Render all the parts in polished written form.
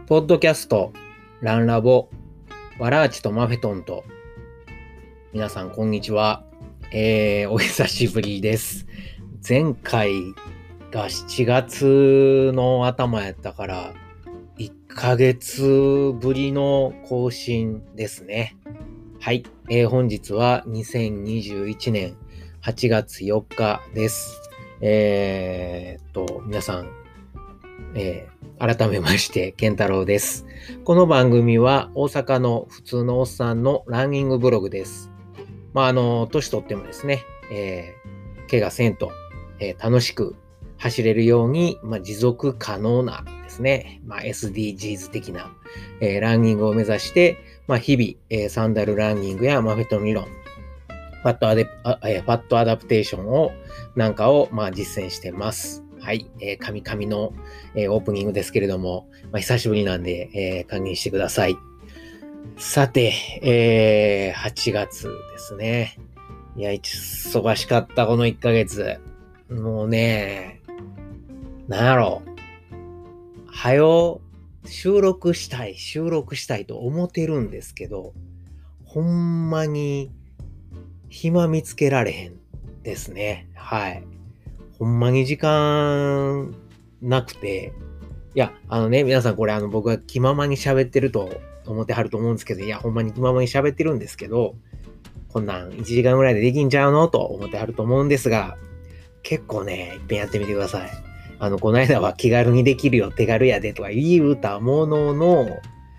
ポッドキャストランラボワラーチとマフェトンと皆さんこんにちは、お久しぶりです。前回が7月の頭やったから1ヶ月ぶりの更新ですね。はい、本日は2021年8月4日です。皆さん、改めまして健太郎です。この番組は大阪の普通のおっさんのランニングブログです。年取ってもですね、怪我せんと、楽しく走れるように、持続可能なですね、SDGs 的な、ランニングを目指して、日々、サンダルランニングやマフェトン理論、ファットアダプテーションを実践してます。はい、神々の、オープニングですけれども、久しぶりなんで、歓迎してください。さて、8月ですね。いや、忙しかったこの1ヶ月。もうね、収録したいと思ってるんですけど、ほんまに暇見つけられへんですね。はい。ほんまに時間なくて、皆さんこれ僕が気ままに喋ってると思ってはると思うんですけど、ほんまに気ままに喋ってるんですけど、こんなん1時間ぐらいでできんちゃうのと思ってはると思うんですが、結構ね、いっぺんやってみてください。この間は気軽にできるよ、手軽やでとか言うたものの、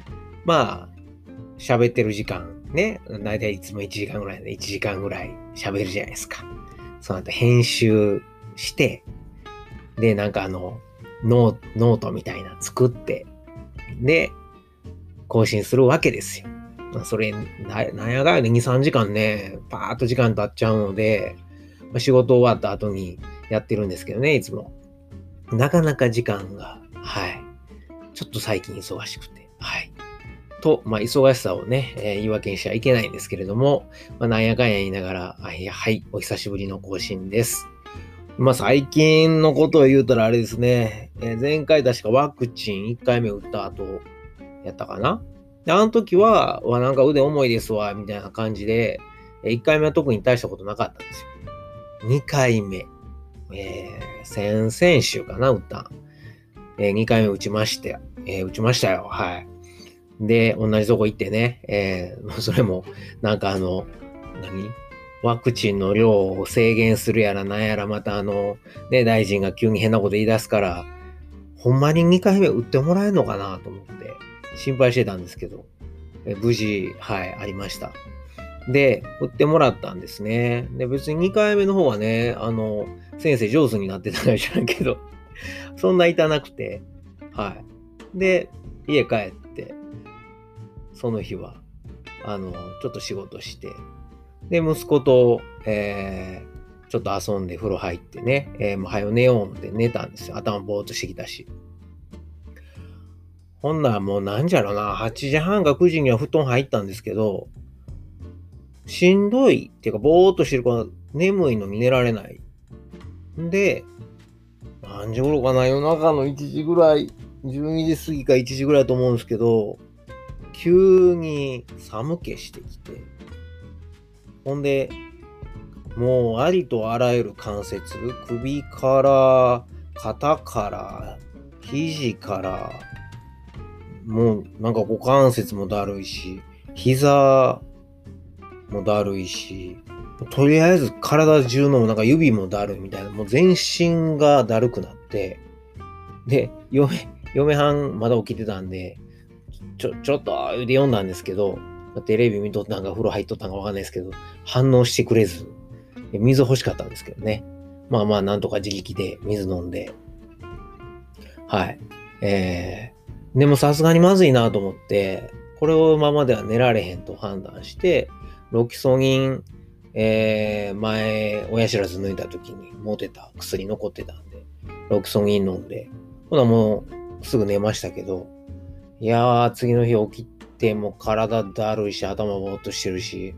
喋ってる時間ね、だいたいいつも1時間ぐらいで1時間ぐらい喋るじゃないですか。その後編集して、で、ノートみたいな作って、で、更新するわけですよ。それ、なんやかんやで2、3時間ね、パーッと時間経っちゃうので、仕事終わった後にやってるんですけどね、いつも。なかなか時間が、ちょっと最近忙しくて、忙しさをね、言い訳にしちゃいけないんですけれども、なんやかんや言いながら、お久しぶりの更新です。最近のことを言うたらあれですね、前回確かワクチン1回目打った後やったかな。で、あの時は、なんか腕重いですわ、みたいな感じで、1回目は特に大したことなかったんですよ。2回目、先々週かな、打った。2回目打ちましたよ。はい。で、同じとこ行ってね、それも、ワクチンの量を制限するやらなんやら、また大臣が急に変なこと言い出すから、ほんまに2回目打ってもらえるのかなと思って心配してたんですけど、無事、ありました。で、打ってもらったんですね。で、別に2回目の方はね、先生上手になってたかじゃないけど、そんな痛なくて、で、家帰って、その日は、ちょっと仕事して、で、息子と、ちょっと遊んで風呂入ってね、もう早寝ようって寝たんですよ。頭ぼーっとしてきたし。ほんならもう8時半か9時には布団入ったんですけど、しんどいっていうかぼーっとしてるから眠いのに寝られない。で、何時頃かな、夜中の1時ぐらい、12時過ぎか1時ぐらいだと思うんですけど、急に寒気してきて、ほんで、もうありとあらゆる関節、首から肩から肘からもう股関節もだるいし、膝もだるいし、とりあえず体中の指もだるいみたいな、もう全身がだるくなって、で、嫁はんまだ起きてたんで、ちょっとで読んだんですけど、テレビ見とったんか風呂入っとったんかわかんないですけど、反応してくれず、水欲しかったんですけどね。なんとか自力で水飲んで。でもさすがにまずいなと思って、これをままでは寝られへんと判断して、ロキソニン、前、親知らず抜いた時に持てた薬残ってたんで、ロキソニン飲んで、ほなもうすぐ寝ましたけど、次の日起きても体だるいし、頭ぼーっとしてるし、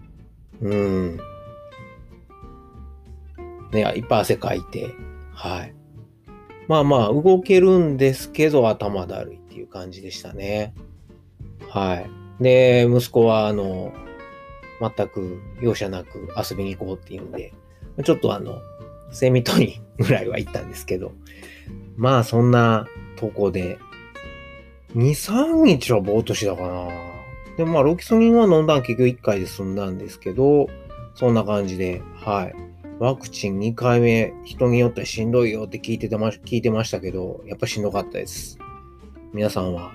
いっぱい汗かいて、動けるんですけど頭だるいってっていう感じでしたね。はい。で、息子は全く容赦なく遊びに行こうっていうんで、ちょっとセミ取りぐらいは行ったんですけど、まあそんなとこで、2、3日はぼーっとしたかな。でもまあロキソニンは飲んだん結局1回で済んだんですけど、そんな感じで、はい。ワクチン2回目、人によってしんどいよって聞いてましたけど、やっぱしんどかったです。皆さんは、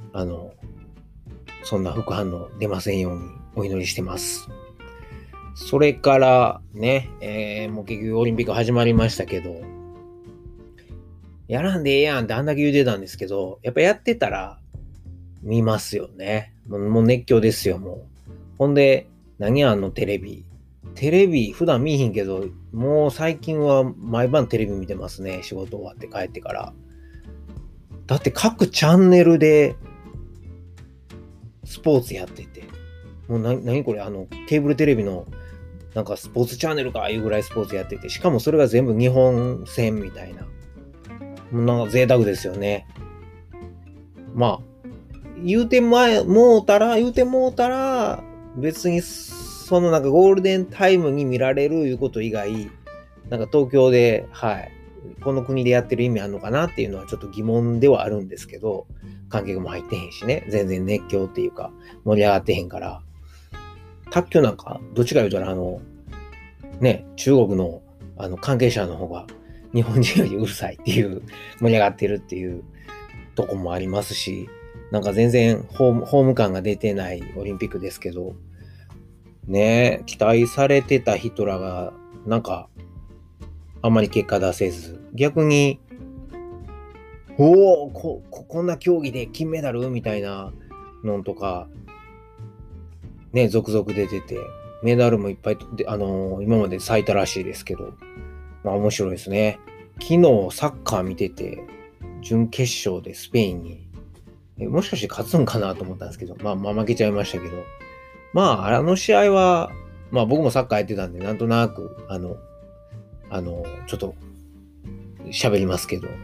そんな副反応出ませんようにお祈りしてます。それからね、もう結局オリンピック始まりましたけど、やらんでええやんってあんだけ言うてたんですけど、やっぱやってたら見ますよね。もう熱狂ですよ、もう。ほんで、何テレビ。テレビ普段見ひんけど、もう最近は毎晩テレビ見てますね。仕事終わって帰ってから。だって各チャンネルでスポーツやってて。もう何これケーブルテレビのなんかスポーツチャンネルかいうぐらいスポーツやってて、しかもそれが全部日本戦みたいな。もうなんか贅沢ですよね。まあ、言うてもうたら、別にそのなんかゴールデンタイムに見られるいうこと以外、なんか東京で、はい、この国でやってる意味あるのかなっていうのはちょっと疑問ではあるんですけど、観客も入ってへんしね、全然熱狂っていうか盛り上がってへんから、卓球なんか、どっちか言うたらね、中国の関係者の方が日本人よりうるさいっていう、盛り上がってるっていうとこもありますし、なんか全然ホーム感が出てないオリンピックですけど、ね、期待されてた人らが、なんか、あんまり結果出せず、逆に、こんな競技で金メダルみたいなのとか、ね、続々出てて、メダルもいっぱいで、今まで咲いたらしいですけど、まあ面白いですね。昨日サッカー見てて、準決勝でスペインに、もしかして勝つんかなと思ったんですけど、まあ負けちゃいましたけど、まあ試合は、まあ僕もサッカーやってたんで、なんとなく、ちょっと喋りますけど、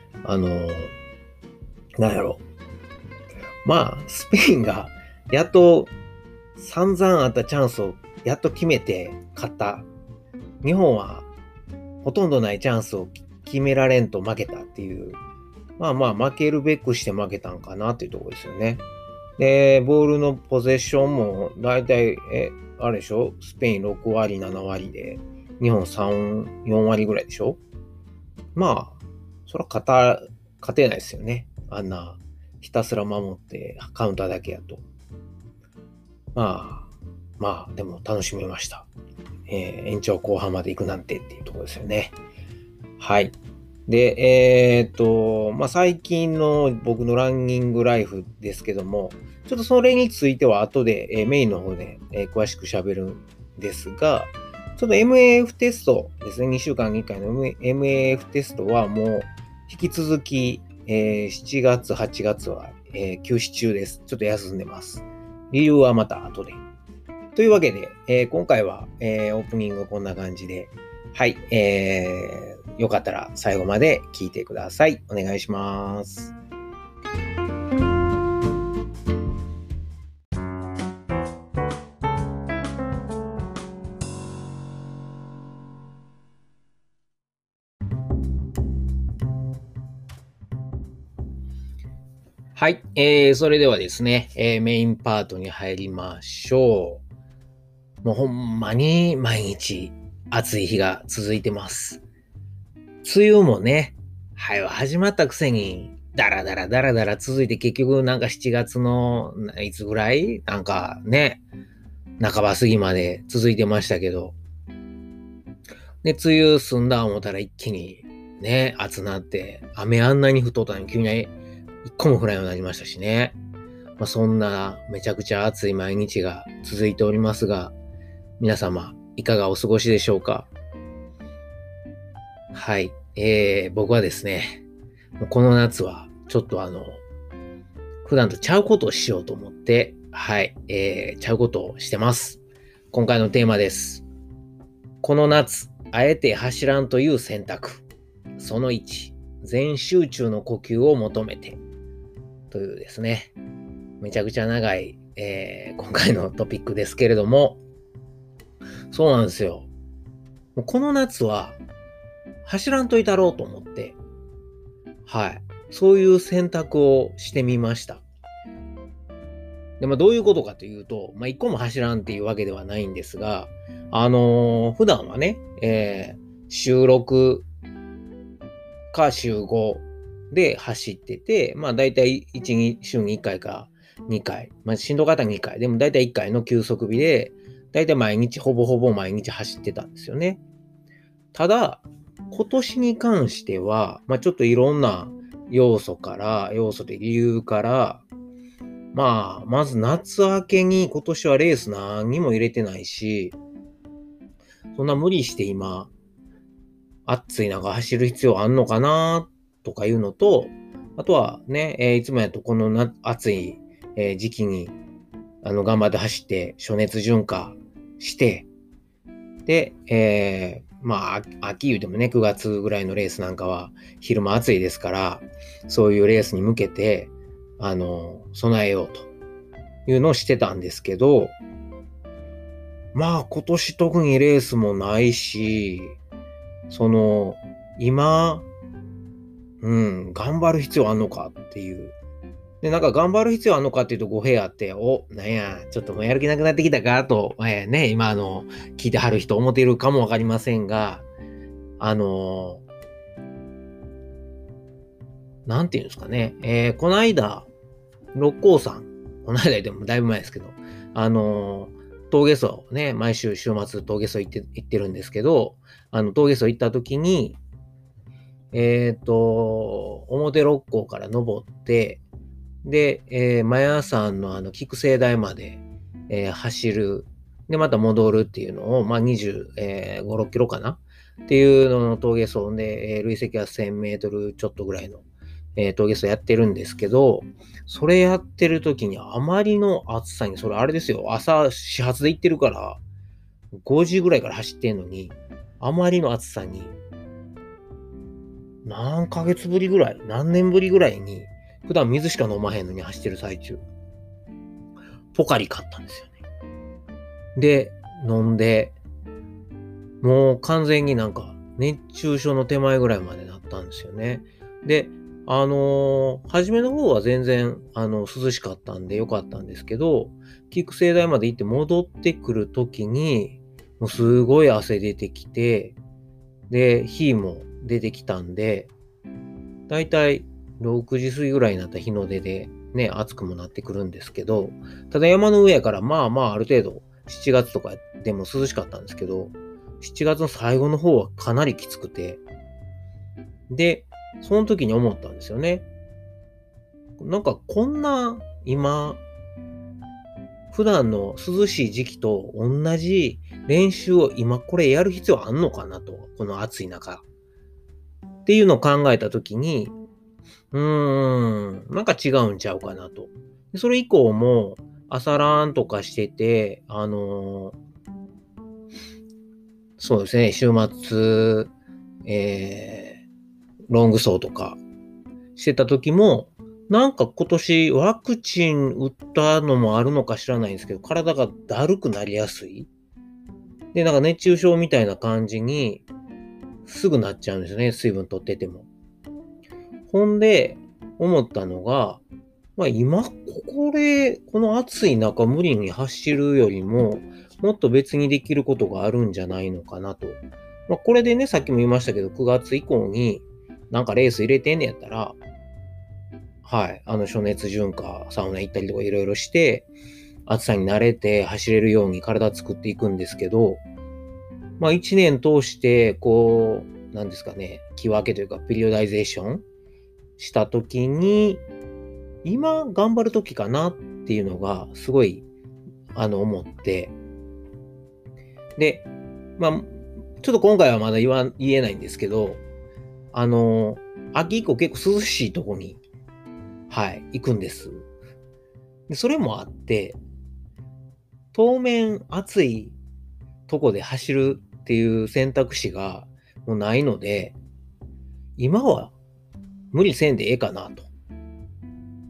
なんやろ。まあ、スペインがやっと散々あったチャンスをやっと決めて勝った。日本はほとんどないチャンスを決められんと負けたっていう。まあまあ負けるべくして負けたんかなっていうところですよね。で、ボールのポゼッションもだいたい、あれでしょ？スペイン6割、7割で、日本3、4割ぐらいでしょ？まあ、そら勝てないですよね。あんな、ひたすら守ってカウンターだけやと。まあ、でも楽しみました。延長後半まで行くなんてっていうところですよね。はい。で、まあ、最近の僕のランニングライフですけども、ちょっとそれについては後で、メインの方で、詳しく喋るんですが、ちょっと MAF テストですね、2週間に1回の MAF テストはもう引き続き、7月、8月は、休止中です。ちょっと休んでます。理由はまた後で。というわけで、今回は、オープニングこんな感じで、はい、よかったら最後まで聞いてください。お願いします。はい、それではですね、メインパートに入りましょう。もうほんまに毎日暑い日が続いてます。梅雨もね、始まったくせに、だらだら続いて結局なんか7月のいつぐらいなんかね、半ば過ぎまで続いてましたけど、で、梅雨済んだ思ったら一気にね、暑なって、雨あんなに降っとったのに急に一個も降らんようになりましたしね。まあ、そんなめちゃくちゃ暑い毎日が続いておりますが、皆様いかがお過ごしでしょうか？はい。僕はですね、この夏はちょっと普段とちゃうことをしようと思って、はい、ちゃうことをしてます。今回のテーマです。この夏、あえて走らんという選択。その1、全集中の呼吸を求めて。 というですね、めちゃくちゃ長い、今回のトピックですけれども、そうなんですよ。もうこの夏は走らんといたろうと思って、はい。そういう選択をしてみました。で、どういうことかというと、一個も走らんっていうわけではないんですが、普段はね、週6か週5で走ってて、だいたい週に1回か2回、しんどかったら2回、でもだいたい1回の休息日で、だいたいほぼほぼ毎日走ってたんですよね。ただ、今年に関しては、ちょっといろんな要素で理由から、まず夏明けに今年はレース何にも入れてないし、そんな無理して今、暑い中走る必要あんのかなとかいうのと、あとはね、いつもやとこの暑い、時期に頑張って走って暑熱順化して、で、秋言うてもね、9月ぐらいのレースなんかは昼間暑いですから、そういうレースに向けて、備えようというのをしてたんですけど、今年特にレースもないし、今、頑張る必要あんのかっていう。で、頑張る必要あんのかっていうと語弊あって、なんや、ちょっともうやる気なくなってきたかと、今聞いてはる人思っているかもわかりませんが、なんていうんですかね、この間、六甲山、この間でもだいぶ前ですけど、峠荘ね、毎週週末峠荘行ってるんですけど、峠荘行った時に、表六甲から登って、で、マヤ山の菊生台まで、走る。で、また戻るっていうのを、25、6キロかなっていうのの峠荘で、累積は1000メートルちょっとぐらいの、峠荘やってるんですけど、それやってる時にあまりの暑さに、それあれですよ、朝始発で行ってるから、5時ぐらいから走ってんのに、あまりの暑さに、何ヶ月ぶりぐらい、何年ぶりぐらいに、普段水しか飲まへんのに走ってる最中、ポカリ買ったんですよね。で、飲んで、もう完全に熱中症の手前ぐらいまでなったんですよね。で、初めの方は全然、涼しかったんでよかったんですけど、菊生台まで行って戻ってくるときに、もうすごい汗出てきて、で、火も出てきたんで、だいたい6時過ぎぐらいになった日の出で、ね、暑くもなってくるんですけど、ただ山の上やから、ある程度、7月とかでも涼しかったんですけど、7月の最後の方はかなりきつくて、で、その時に思ったんですよね。こんな、今、普段の涼しい時期と同じ練習を今これやる必要あんのかなと、この暑い中。っていうのを考えた時に、違うんちゃうかなと。それ以降も、朝ランとかしてて、そうですね、週末、ロング走とかしてた時も、今年ワクチン打ったのもあるのか知らないんですけど、体がだるくなりやすい。で、熱中症みたいな感じにすぐなっちゃうんですよね、水分取ってても。ほんで、思ったのが、今、この暑い中無理に走るよりも、もっと別にできることがあるんじゃないのかなと。これでね、さっきも言いましたけど、9月以降にレース入れてんねやったら、はい、暑熱順化、サウナ行ったりとかいろいろして、暑さに慣れて走れるように体作っていくんですけど、1年通して、なんですかね、木分けというか、ピリオダイゼーションしたときに、今頑張るときかなっていうのが、すごい、思って、で、ちょっと今回はまだ言えないんですけど、秋以降結構涼しいとこに、はい、行くんです。でそれもあって、当面暑いとこで走るっていう選択肢がもうないので、今は無理せんでええかなと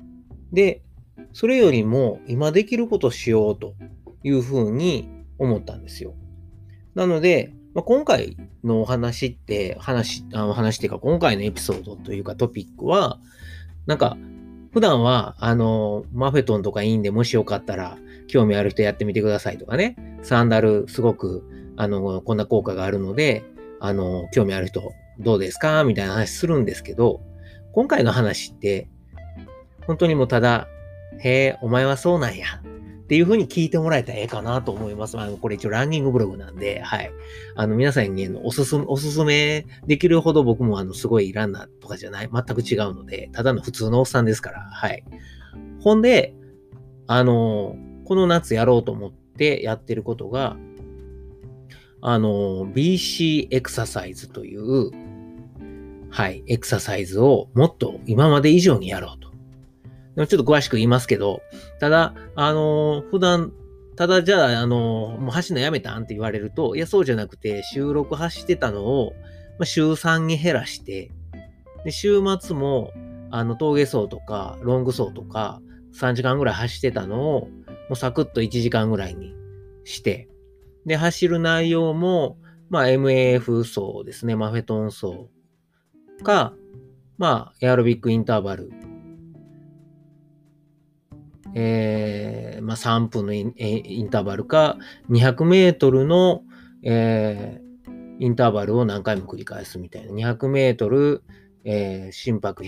で、それよりも今できることをしようというふうに思ったんですよ。なので、今回のお話って、話っていうか、今回のエピソードというかトピックは、なんか、普段は、マフェトンとかいいんで、もしよかったら、興味ある人やってみてくださいとかね、サンダルすごく、こんな効果があるので、興味ある人どうですかみたいな話するんですけど、今回の話って、本当にもうただ、へえ、お前はそうなんや。っていう風に聞いてもらえたらええかなと思います。これ一応ランニングブログなんで、はい。皆さんにおすすめできるほど僕もすごいランナーとかじゃない、全く違うので、ただの普通のおっさんですから、はい。ほんで、この夏やろうと思ってやってることが、BC エクササイズという、はい、エクササイズをもっと今まで以上にやろうと。ちょっと詳しく言いますけど、ただ、普段、ただじゃあ、もう走るのやめたんって言われると、いや、そうじゃなくて、週6走ってたのを、週3に減らして、で、週末も、峠走とか、ロング走とか、3時間ぐらい走ってたのを、もうサクッと1時間ぐらいにして、で、走る内容も、MAF 走ですね、マフェトン走か、エアロビックインターバル、3分のインターバルか、200メートルの、インターバルを何回も繰り返すみたいな。200メートル、心拍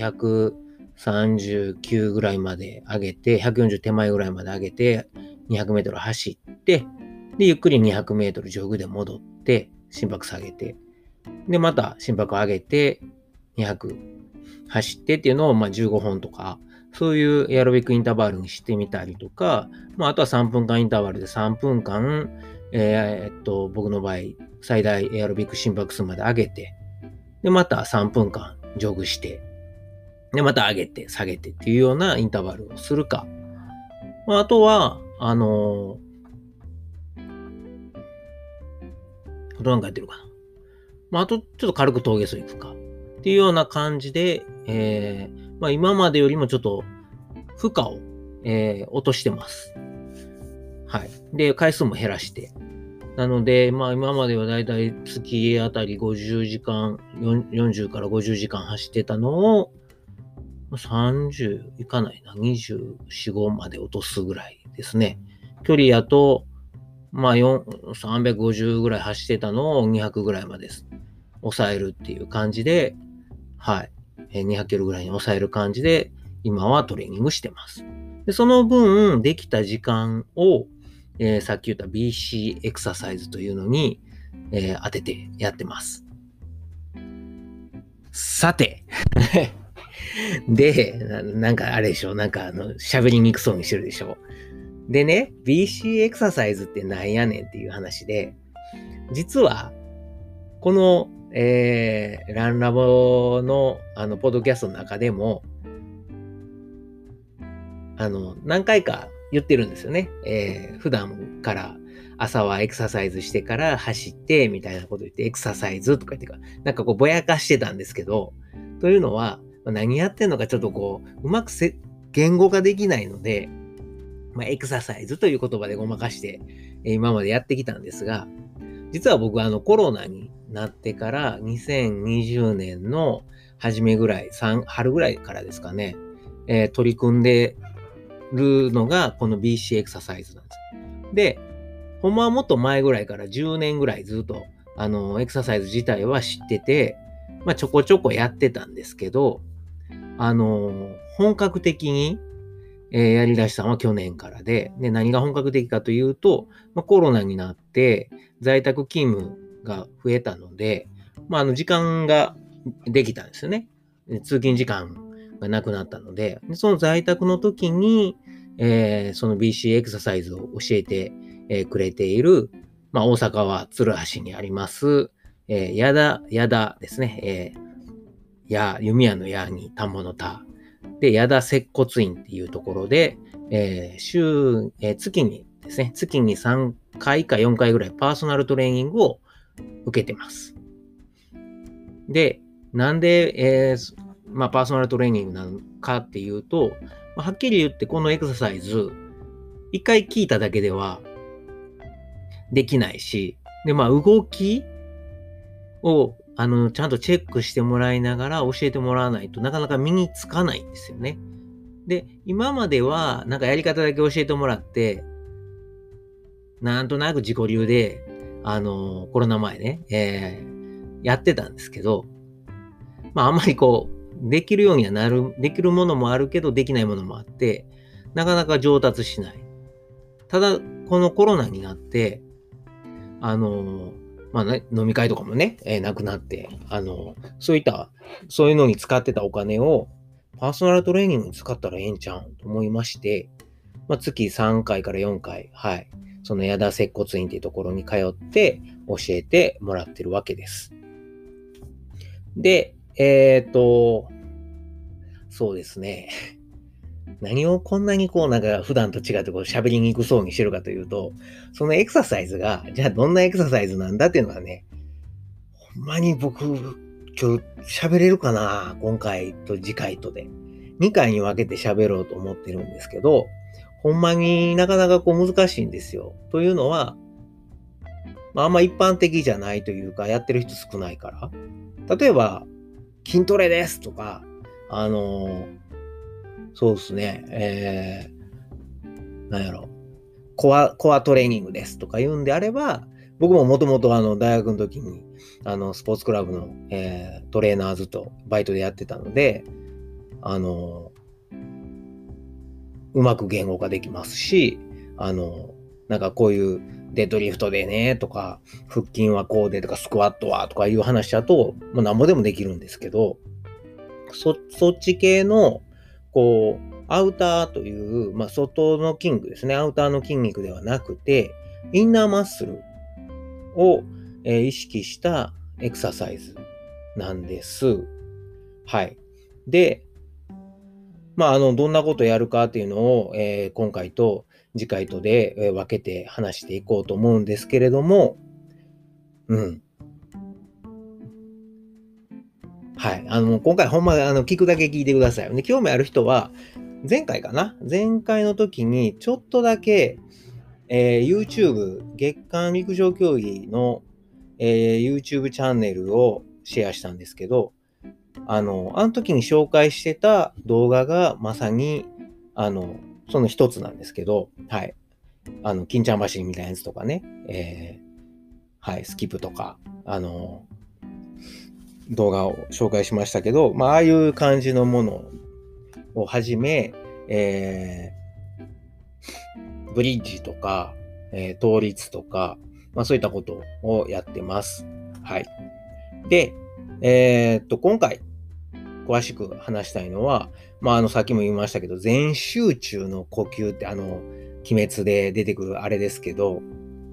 139ぐらいまで上げて、140手前ぐらいまで上げて、200メートル走って、で、ゆっくり200メートルジョグで戻って、心拍下げて、で、また心拍上げて、200走ってっていうのを、15本とか、そういうエアロビックインターバルにしてみたりとか、あとは3分間インターバルで3分間、僕の場合、最大エアロビック心拍数まで上げて、で、また3分間ジョグして、で、また上げて、下げてっていうようなインターバルをするか。あとは、あとなんかやってるかな。あとちょっと軽く峠走行くか。っていうような感じで、今までよりもちょっと負荷を、落としてます。はい。で、回数も減らして。なので、今まではだいたい月あたり50時間、40から50時間走ってたのを、30いかないな、24、5まで落とすぐらいですね。距離やと、350ぐらい走ってたのを200ぐらいまで抑えるっていう感じで、はい。200キロぐらいに抑える感じで、今はトレーニングしてます。で、その分、できた時間を、さっき言った BC エクササイズというのに、当ててやってます。さて。で、なんかあれでしょ、喋りにくそうにしてるでしょ。でね、BC エクササイズってなんやねんっていう話で、実は、この、ランラボの、ポッドキャストの中でも、何回か言ってるんですよね。普段から朝はエクササイズしてから走ってみたいなこと言ってエクササイズとか言ってか、なんかこうぼやかしてたんですけど、というのは何やってんのかちょっとこう、うまく言語化できないので、エクササイズという言葉でごまかして、今までやってきたんですが、実は僕コロナになってから2020年の初めぐらい、春ぐらいからですかね、取り組んでるのがこの BC エクササイズなんです。で、ほんまはもっと前ぐらいから10年ぐらいずっとエクササイズ自体は知ってて、ちょこちょこやってたんですけど、本格的に、やり出したのは去年からで、何が本格的かというと、コロナになって在宅勤務が増えたので、時間ができたんですよね。通勤時間がなくなったので、その在宅の時に、その BC エクササイズを教えて、くれている、大阪は鶴橋にあります、やだですね。弓矢の矢に田んぼの田。で、矢田接骨院っていうところで、月にですね、月に3回か4回ぐらいパーソナルトレーニングを受けてます。で、なんで、パーソナルトレーニングなのかっていうと、 はっきり言ってこのエクササイズ、一回聞いただけではできないし、で、動きを、ちゃんとチェックしてもらいながら教えてもらわないとなかなか身につかないんですよね。で、今までは、なんかやり方だけ教えてもらって、なんとなく自己流で、コロナ前ね、やってたんですけど、あんまりできるようにはできるものもあるけど、できないものもあって、なかなか上達しない。ただ、このコロナになって、飲み会とかもね、なくなって、そういうのに使ってたお金を、パーソナルトレーニングに使ったらええんちゃうんと思いまして、月3回から4回、はい、その矢田接骨院っていうところに通って教えてもらってるわけです。で、そうですね。何をこんなになんか普段と違って喋りにくそうにしてるかというと、そのエクササイズが、じゃあどんなエクササイズなんだっていうのはね、ほんまに僕、今日喋れるかな、今回と次回とで。2回に分けて喋ろうと思ってるんですけど、ほんまになかなか難しいんですよ。というのは、あんま一般的じゃないというか、やってる人少ないから。例えば、筋トレですとか、そうですね、なんやろ、コアトレーニングですとか言うんであれば、僕ももともと大学の時に、スポーツクラブの、トレーナーずっとバイトでやってたので、うまく言語化できますし、なんかこういうデッドリフトでねとか、腹筋はこうでとか、スクワットはとかいう話だと、なんぼでもできるんですけど、そっち系の、アウターという、外の筋肉ですね。アウターの筋肉ではなくて、インナーマッスルを、意識したエクササイズなんです。はい。で、どんなことやるかっていうのを、今回と次回とで、分けて話していこうと思うんですけれども、うん。はい。今回ほんま、聞くだけ聞いてください。で、興味ある人は、前回の時に、ちょっとだけ、YouTube、月刊陸上競技の、YouTube チャンネルをシェアしたんですけど、あの時に紹介してた動画がまさに、その一つなんですけど、はい。金ちゃん走りみたいなやつとかね、はい、スキップとか、動画を紹介しましたけど、ああいう感じのものをはじめ、ブリッジとか、倒立とか、そういったことをやってます。はい。で、今回、詳しく話したいのは、さっきも言いましたけど、全集中の呼吸って、鬼滅で出てくるあれですけど、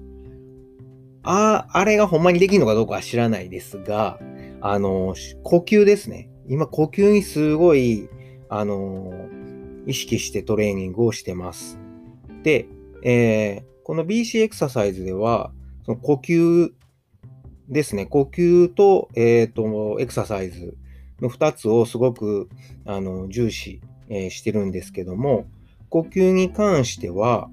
あれがほんまにできるのかどうかは知らないですが、呼吸ですね。今、呼吸にすごい、意識してトレーニングをしてます。で、この BC エクササイズでは、その呼吸ですね。呼吸と、エクササイズの2つをすごく重視、してるんですけども、呼吸に関しては、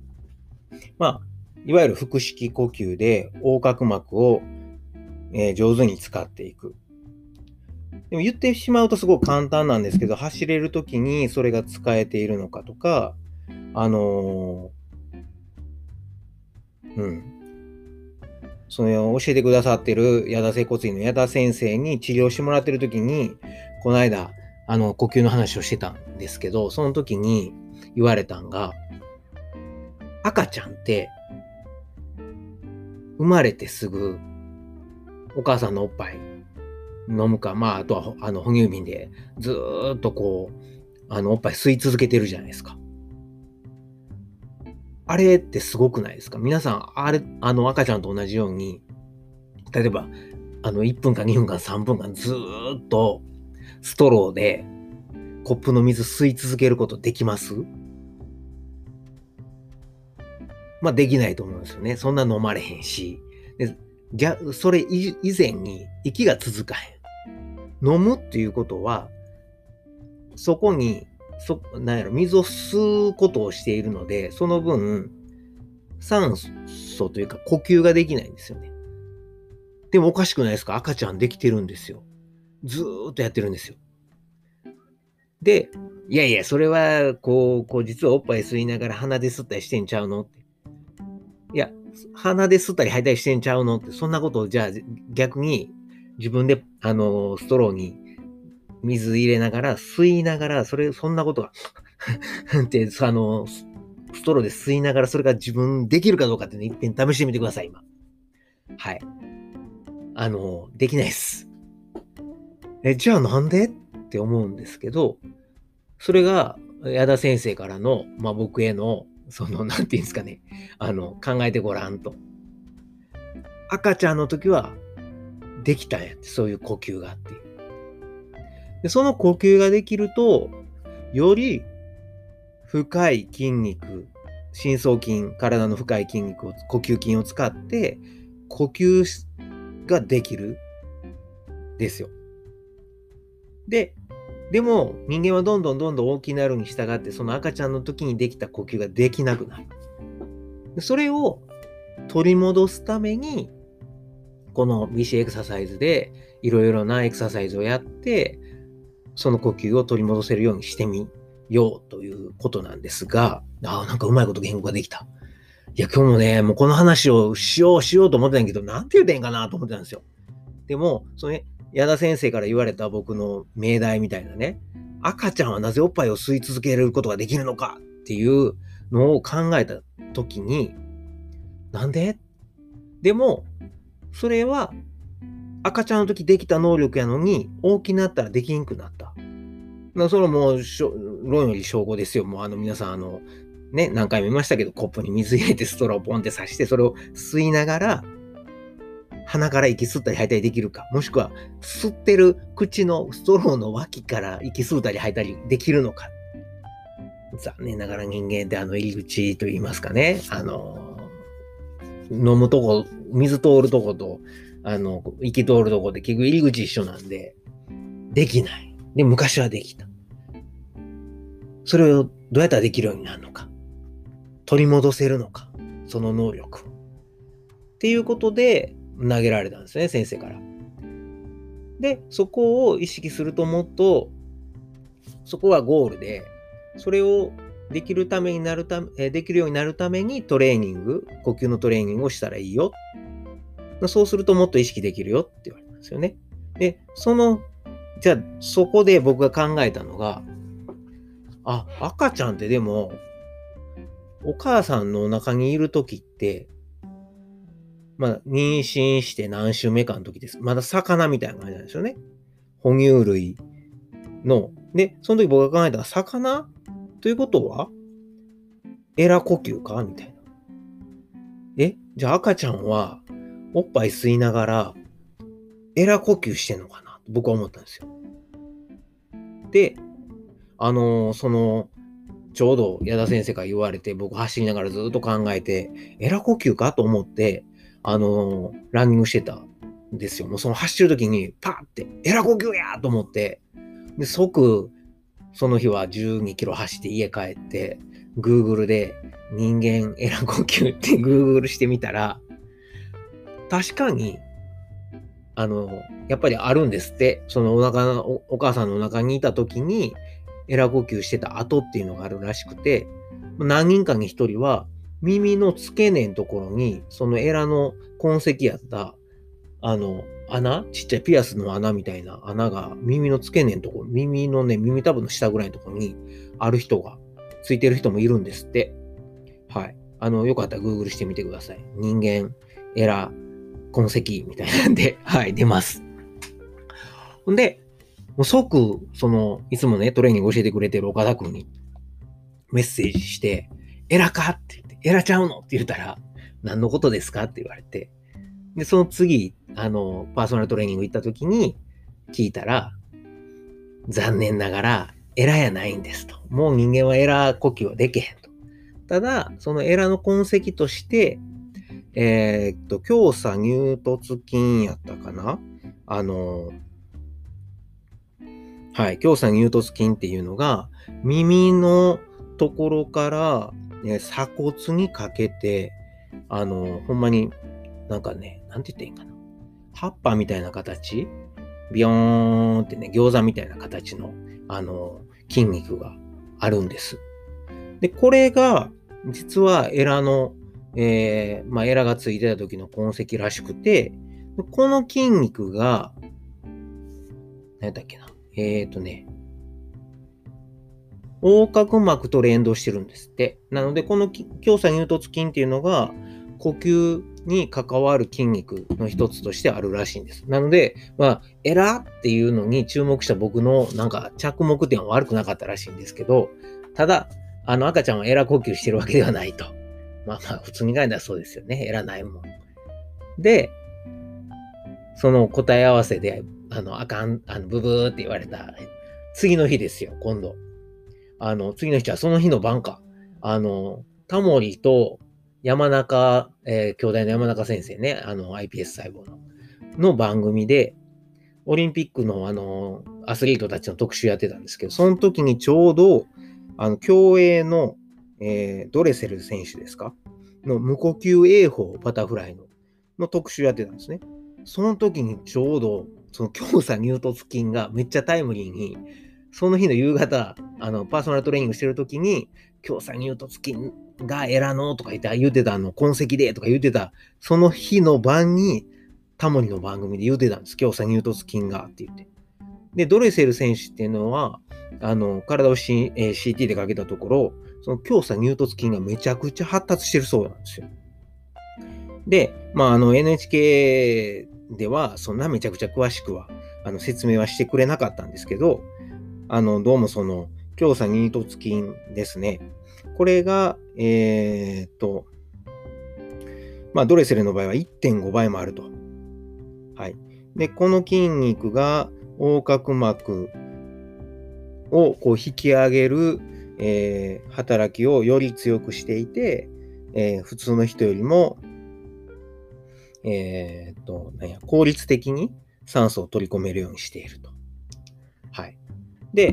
いわゆる腹式呼吸で横隔膜を、上手に使っていく。でも言ってしまうとすごく簡単なんですけど、走れるときにそれが使えているのかとか、その教えてくださってる矢田整骨院の矢田先生に治療してもらってる時に、この間、呼吸の話をしてたんですけど、その時に言われたんが、赤ちゃんって生まれてすぐお母さんのおっぱい飲むか、あとは哺乳瓶でずーっとおっぱい吸い続けてるじゃないですか。あれってすごくないですか？皆さん、赤ちゃんと同じように、例えば、1分間、2分間、3分間ずーっとストローでコップの水吸い続けることできます？できないと思うんですよね。そんな飲まれへんし。それ以前に息が続かへん。飲むっていうことは、そこに水を吸うことをしているので、その分、酸素というか呼吸ができないんですよね。でもおかしくないですか？赤ちゃんできてるんですよ。ずーっとやってるんですよ。で、いやいや、それは、実はおっぱい吸いながら鼻で吸ったりしてんちゃうのって。いや、鼻で吸ったり吐いたりしてんちゃうのって、そんなことを、じゃあ逆に自分で、ストローに水入れながら、吸いながら、そんなことがって、ストローで吸いながら、それが自分できるかどうかってね、一遍試してみてください、今。はい。できないです。じゃあなんでって思うんですけど、それが、矢田先生からの、僕への、なんていうんですかね、考えてごらんと。赤ちゃんの時は、できたんやって、そういう呼吸があって。で、その呼吸ができると、より深い筋肉、深層筋、体の深い筋肉を、呼吸筋を使って、呼吸ができる。ですよ。でも人間はどんどん大きくなるに従って、その赤ちゃんの時にできた呼吸ができなくなる。それを取り戻すために、この BC エクササイズでいろいろなエクササイズをやって、その呼吸を取り戻せるようにしてみようということなんですが、なんかうまいこと言語ができた。いや、今日もね、もうこの話をしようと思ってたんやけど、なんて言うてんかなと思ってたんですよ。でも、矢田先生から言われた僕の命題みたいなね、赤ちゃんはなぜおっぱいを吸い続けることができるのかっていうのを考えたときに、なんで？でも、それは赤ちゃんの時できた能力やのに、大きなったらできんくなった。それはもう、論より証拠ですよ。もう皆さん何回も言いましたけど、コップに水入れてストローをポンって刺して、それを吸いながら、鼻から息吸ったり吐いたりできるか、もしくは吸ってる口のストローの脇から息吸ったり吐いたりできるのか。残念ながら人間って入り口と言いますかね、飲むとこ、水通るとこと、息通るとこで結局入り口一緒なんで、できない。で、昔はできた。それをどうやったらできるようになるのか。取り戻せるのか。その能力を。っていうことで投げられたんですね、先生から。で、そこを意識するともっと、そこはゴールで、それをできるようになるために呼吸のトレーニングをしたらいいよ。そうするともっと意識できるよって言われたんですよね。で、じゃあそこで僕が考えたのが、赤ちゃんってでも、お母さんのお腹にいるときって、妊娠して何週目かの時です。まだ魚みたいな感じなんですよね。哺乳類の。で、その時僕が考えたのは、魚ということは、エラ呼吸かみたいな。じゃあ赤ちゃんは、おっぱい吸いながら、エラ呼吸してんのかなと僕は思ったんですよ。で、ちょうど矢田先生から言われて、僕走りながらずっと考えて、エラ呼吸かと思って、ランニングしてたんですよ。もうその走る時に、パーって、エラ呼吸やと思って、で、即、その日は12キロ走って家帰って、Google で人間エラ呼吸って Google してみたら、確かに、やっぱりあるんですって。そのお母さんのお腹にいた時に、エラ呼吸してた跡っていうのがあるらしくて、何人かに一人は、耳の付け根のところに、そのエラの痕跡やった、ちっちゃいピアスの穴みたいな穴が耳の付け根のところ、耳たぶの下ぐらいのところにある人が、ついてる人もいるんですって。はい。よかったら Google してみてください。人間、エラ、痕跡みたいなんで、はい、出ます。ほんで、もう即、いつもね、トレーニング教えてくれてる岡田くんにメッセージして、エラかって言って、エラちゃうのって言ったら、何のことですかって言われて、で、その次、パーソナルトレーニング行った時に聞いたら、残念ながら、エラやないんですと。もう人間はエラ呼吸はできへんと。ただ、そのエラの痕跡として、強鎖乳突筋やったかなはい、胸鎖乳突筋っていうのが、耳のところから、鎖骨にかけて、ほんまになんかね、なんて言っていいんかな。葉っぱみたいな形、ビヨーンってね、餃子みたいな形の、筋肉があるんです。で、これが、実はエラの、エラがついてた時の痕跡らしくて、この筋肉が、何だっけな。横隔膜と連動してるんですって。なので、この胸鎖乳突筋っていうのが、呼吸に関わる筋肉の一つとしてあるらしいんです。なので、エラっていうのに注目した僕のなんか着目点は悪くなかったらしいんですけど、ただ、赤ちゃんはエラ呼吸してるわけではないと。普通に考えたらそうですよね。エラないもん。で、その答え合わせで、あかん、ブブーって言われた、次の日ですよ、今度。次の日はその日の晩か。タモリと山中、兄弟の山中先生ね、iPS 細胞の番組で、オリンピックのアスリートたちの特集やってたんですけど、その時にちょうど、競泳の、ドレセル選手ですかの無呼吸泳法バタフライの特集やってたんですね。その時にちょうど、その胸鎖乳突筋がめっちゃタイムリーに、その日の夕方、パーソナルトレーニングしてる時に、胸鎖乳突筋がエラのとか言ってた痕跡でとか言ってた、その日の晩に、タモリの番組で言ってたんです。胸鎖乳突筋がって言って。で、ドレセル選手っていうのは、体を、CT でかけたところ、その胸鎖乳突筋がめちゃくちゃ発達してるそうなんですよ。で、NHK ではそんなめちゃくちゃ詳しくは説明はしてくれなかったんですけど、どうもその胸鎖乳突筋ですね。これが、ドレセルの場合は 1.5 倍もあると。はい。で、この筋肉が横隔膜をこう引き上げる、働きをより強くしていて、普通の人よりも、効率的に酸素を取り込めるようにしていると。はい。で、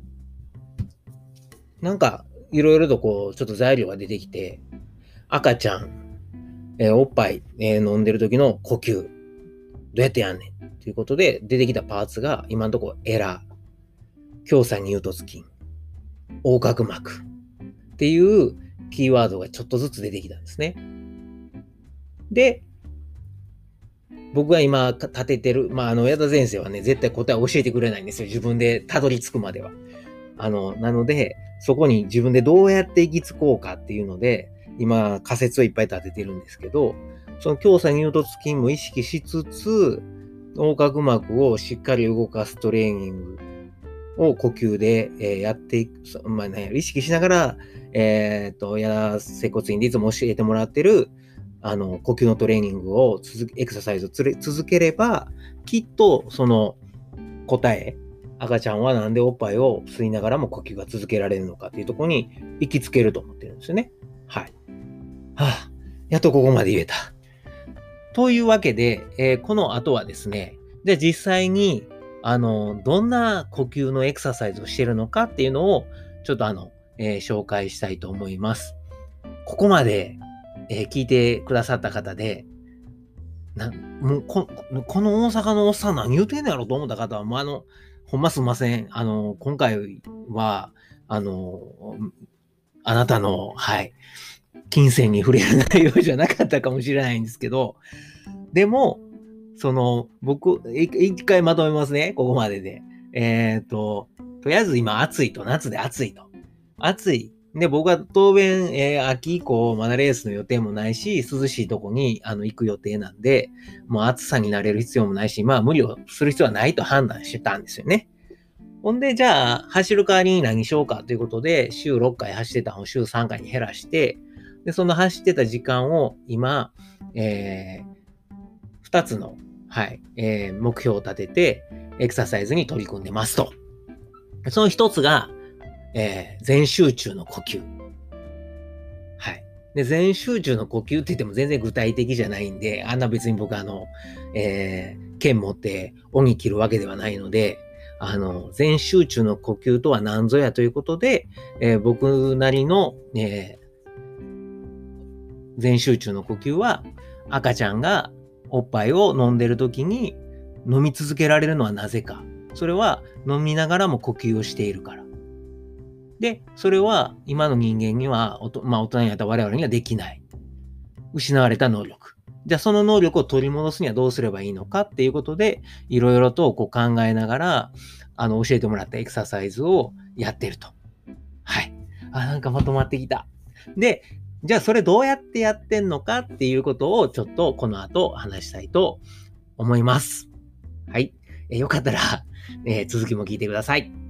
なんか、いろいろとこう、ちょっと材料が出てきて、赤ちゃん、おっぱい、飲んでる時の呼吸、どうやってやんねんということで、出てきたパーツが、今のところエラ、胸鎖乳突筋、横隔膜っていうキーワードがちょっとずつ出てきたんですね。で、僕が今立ててる、矢田先生はね、絶対答え教えてくれないんですよ。自分でたどり着くまでは。なので、そこに自分でどうやって行き着こうかっていうので、今仮説をいっぱい立ててるんですけど、その胸鎖乳突筋も意識しつつ、横隔膜をしっかり動かすトレーニングを呼吸で、やっていく、意識しながら、矢田接骨院でいつも教えてもらってる、呼吸のトレーニングをエクササイズを続ければ、きっとその答え、赤ちゃんはなんでおっぱいを吸いながらも呼吸が続けられるのかっていうところに行きつけると思ってるんですよね。はい。やっとここまで言えた。というわけで、この後はですね、じゃあ実際に、どんな呼吸のエクササイズをしているのかっていうのを、ちょっと紹介したいと思います。ここまで、聞いてくださった方で、もうこの大阪のおっさん何言うてんのやろと思った方は、ほんますんません。今回は、あなたの、はい、金銭に触れる内容じゃなかったかもしれないんですけど、でも、僕、一回まとめますね、ここまでで。とりあえず今暑いと、夏で暑いと。暑い。で、僕は当面、秋以降、まだレースの予定もないし、涼しいとこに行く予定なんで、もう暑さに慣れる必要もないし、無理をする必要はないと判断してたんですよね。ほんで、じゃあ、走る代わりに何しようかということで、週6回走ってたのを週3回に減らして、で、その走ってた時間を今、2つの、目標を立てて、エクササイズに取り組んでますと。その一つが、全集中の呼吸。はい。で、全集中の呼吸って言っても全然具体的じゃないんで、別に僕剣持って鬼切るわけではないので、 全集中の呼吸とは何ぞやということで、僕なりの、全集中の呼吸は、赤ちゃんがおっぱいを飲んでる時に飲み続けられるのはなぜか。それは飲みながらも呼吸をしているから。で、それは今の人間には、大人になった我々にはできない。失われた能力。じゃあその能力を取り戻すにはどうすればいいのかっていうことで、いろいろとこう考えながら、教えてもらったエクササイズをやってると。はい。なんかまとまってきた。で、じゃあそれどうやってやってんのかっていうことをちょっとこの後話したいと思います。はい。よかったら、続きも聞いてください。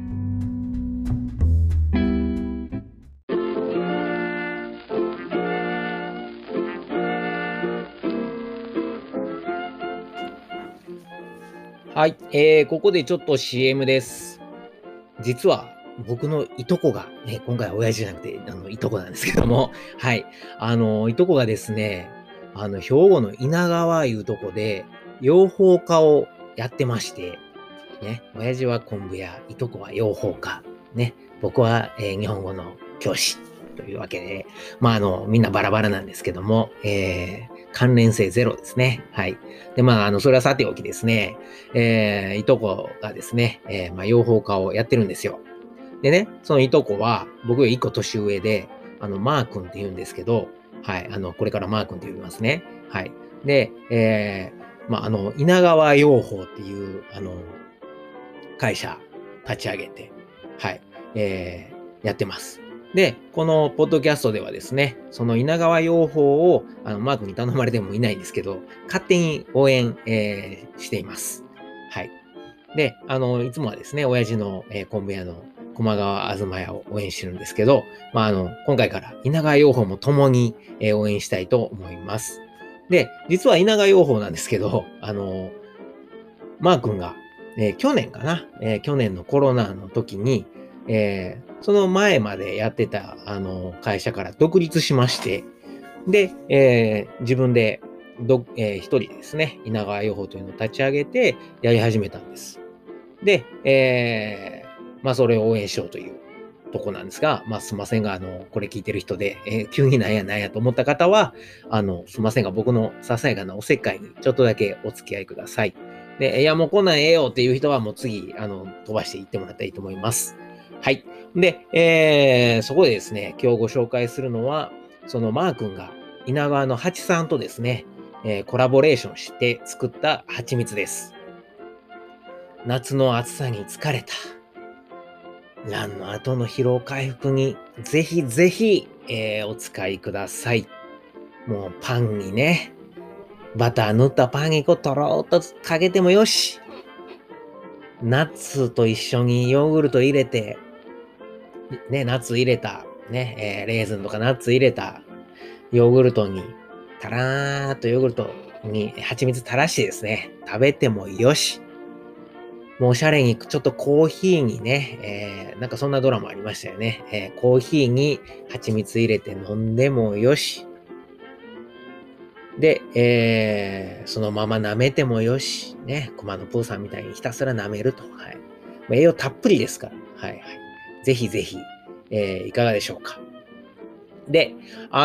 はい。ここでちょっと CM です。実は僕のいとこが、今回は親父じゃなくて、いとこなんですけども、はい。いとこがですね、兵庫の稲川いうとこで、養蜂家をやってまして、ね、親父は昆布屋、いとこは養蜂家、ね、僕は、日本語の教師というわけで、みんなバラバラなんですけども、関連性ゼロですね。はい。で、それはさておきですね、いとこがですね、養蜂家をやってるんですよ。でね、そのいとこは、僕より1個年上で、マー君って言うんですけど、はい、これからマー君って呼びますね。はい。で、稲川養蜂っていう、会社立ち上げて、はい、やってます。で、このポッドキャストではですね、その稲川養蜂を、マークに頼まれてもいないんですけど、勝手に応援、しています。はい。で、いつもはですね、親父の、昆布屋の駒川あずま屋を応援してるんですけど、今回から稲川養蜂も共に、応援したいと思います。で、実は稲川養蜂なんですけど、マー君が、去年かな、去年のコロナの時に、その前までやってた、会社から独立しまして、で、自分で一人でですね、稲川養蜂というのを立ち上げてやり始めたんです。で、それを応援しようというとこなんですが、すいませんが、これ聞いてる人で、急になんやと思った方は、すいませんが、僕のささやかなおせっかいにちょっとだけお付き合いください。で、いや、もうこんなんええよっていう人はもう次、飛ばしていってもらったらいいと思います。はい。で、そこでですね、今日ご紹介するのは、そのマー君が稲川の蜂さんとですね、コラボレーションして作った蜂蜜です。夏の暑さに疲れた。ランの後の疲労回復にぜひぜひ、お使いください。もうパンにね、バター塗ったパンにとろーっとかけてもよし。ナッツと一緒にヨーグルト入れて、ね、ナッツ入れた、ね、レーズンとかナッツ入れたヨーグルトに、たらーっとヨーグルトに蜂蜜垂らしてですね、食べてもよし。もうおしゃれに、ちょっとコーヒーにね、なんかそんなドラマありましたよね。コーヒーに蜂蜜入れて飲んでもよし。で、そのまま舐めてもよし。ね、コマのプーさんみたいにひたすら舐めると。はい。栄養たっぷりですから。はいはい。ぜひぜひ、いかがでしょうか。で、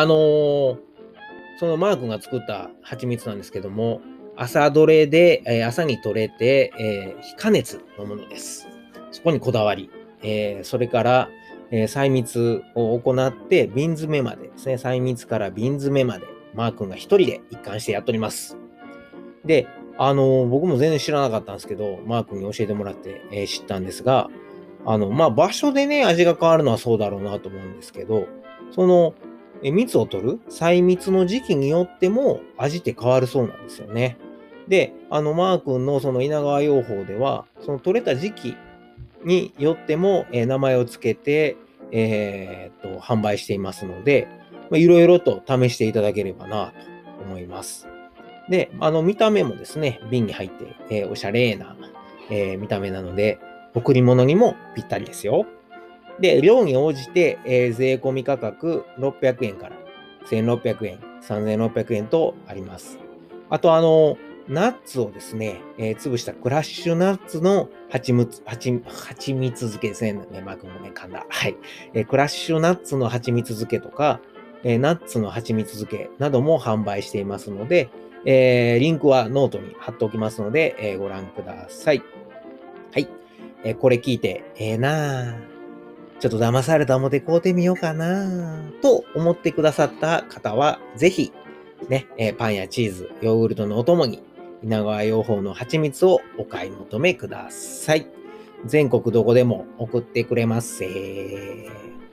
そのマー君が作った蜂蜜なんですけども、朝どれで、朝に取れて、非加熱のものです。そこにこだわり。それから、細蜜を行って、瓶詰めまでですね。細蜜から瓶詰めまで、マー君が一人で一貫してやっております。で、僕も全然知らなかったんですけど、マー君に教えてもらって、知ったんですが、場所でね、味が変わるのはそうだろうなと思うんですけど、その、蜜を取る細蜜の時期によっても味って変わるそうなんですよね。で、マー君のその稲川養蜂では、その取れた時期によっても、名前をつけて、販売していますので、いろいろと試していただければなと思います。で、見た目もですね、瓶に入って、おしゃれな、見た目なので、贈り物にもぴったりですよ。で、量に応じて、税込み価格600円から1600円、3600円とあります。あと、 ナッツをですね、潰したクラッシュナッツの蜂蜜漬けですね。マー君ごめん、噛んだ。はい。クラッシュナッツの蜂蜜漬けとか、ナッツの蜂蜜漬けなども販売していますので、リンクはノートに貼っておきますので、ご覧ください。はい。これ聞いて、なぁ。ちょっと騙された思って買うてみようかなと思ってくださった方は、ぜひ、ね、パンやチーズ、ヨーグルトのお供に、稲川養蜂の蜂蜜をお買い求めください。全国どこでも送ってくれますせ。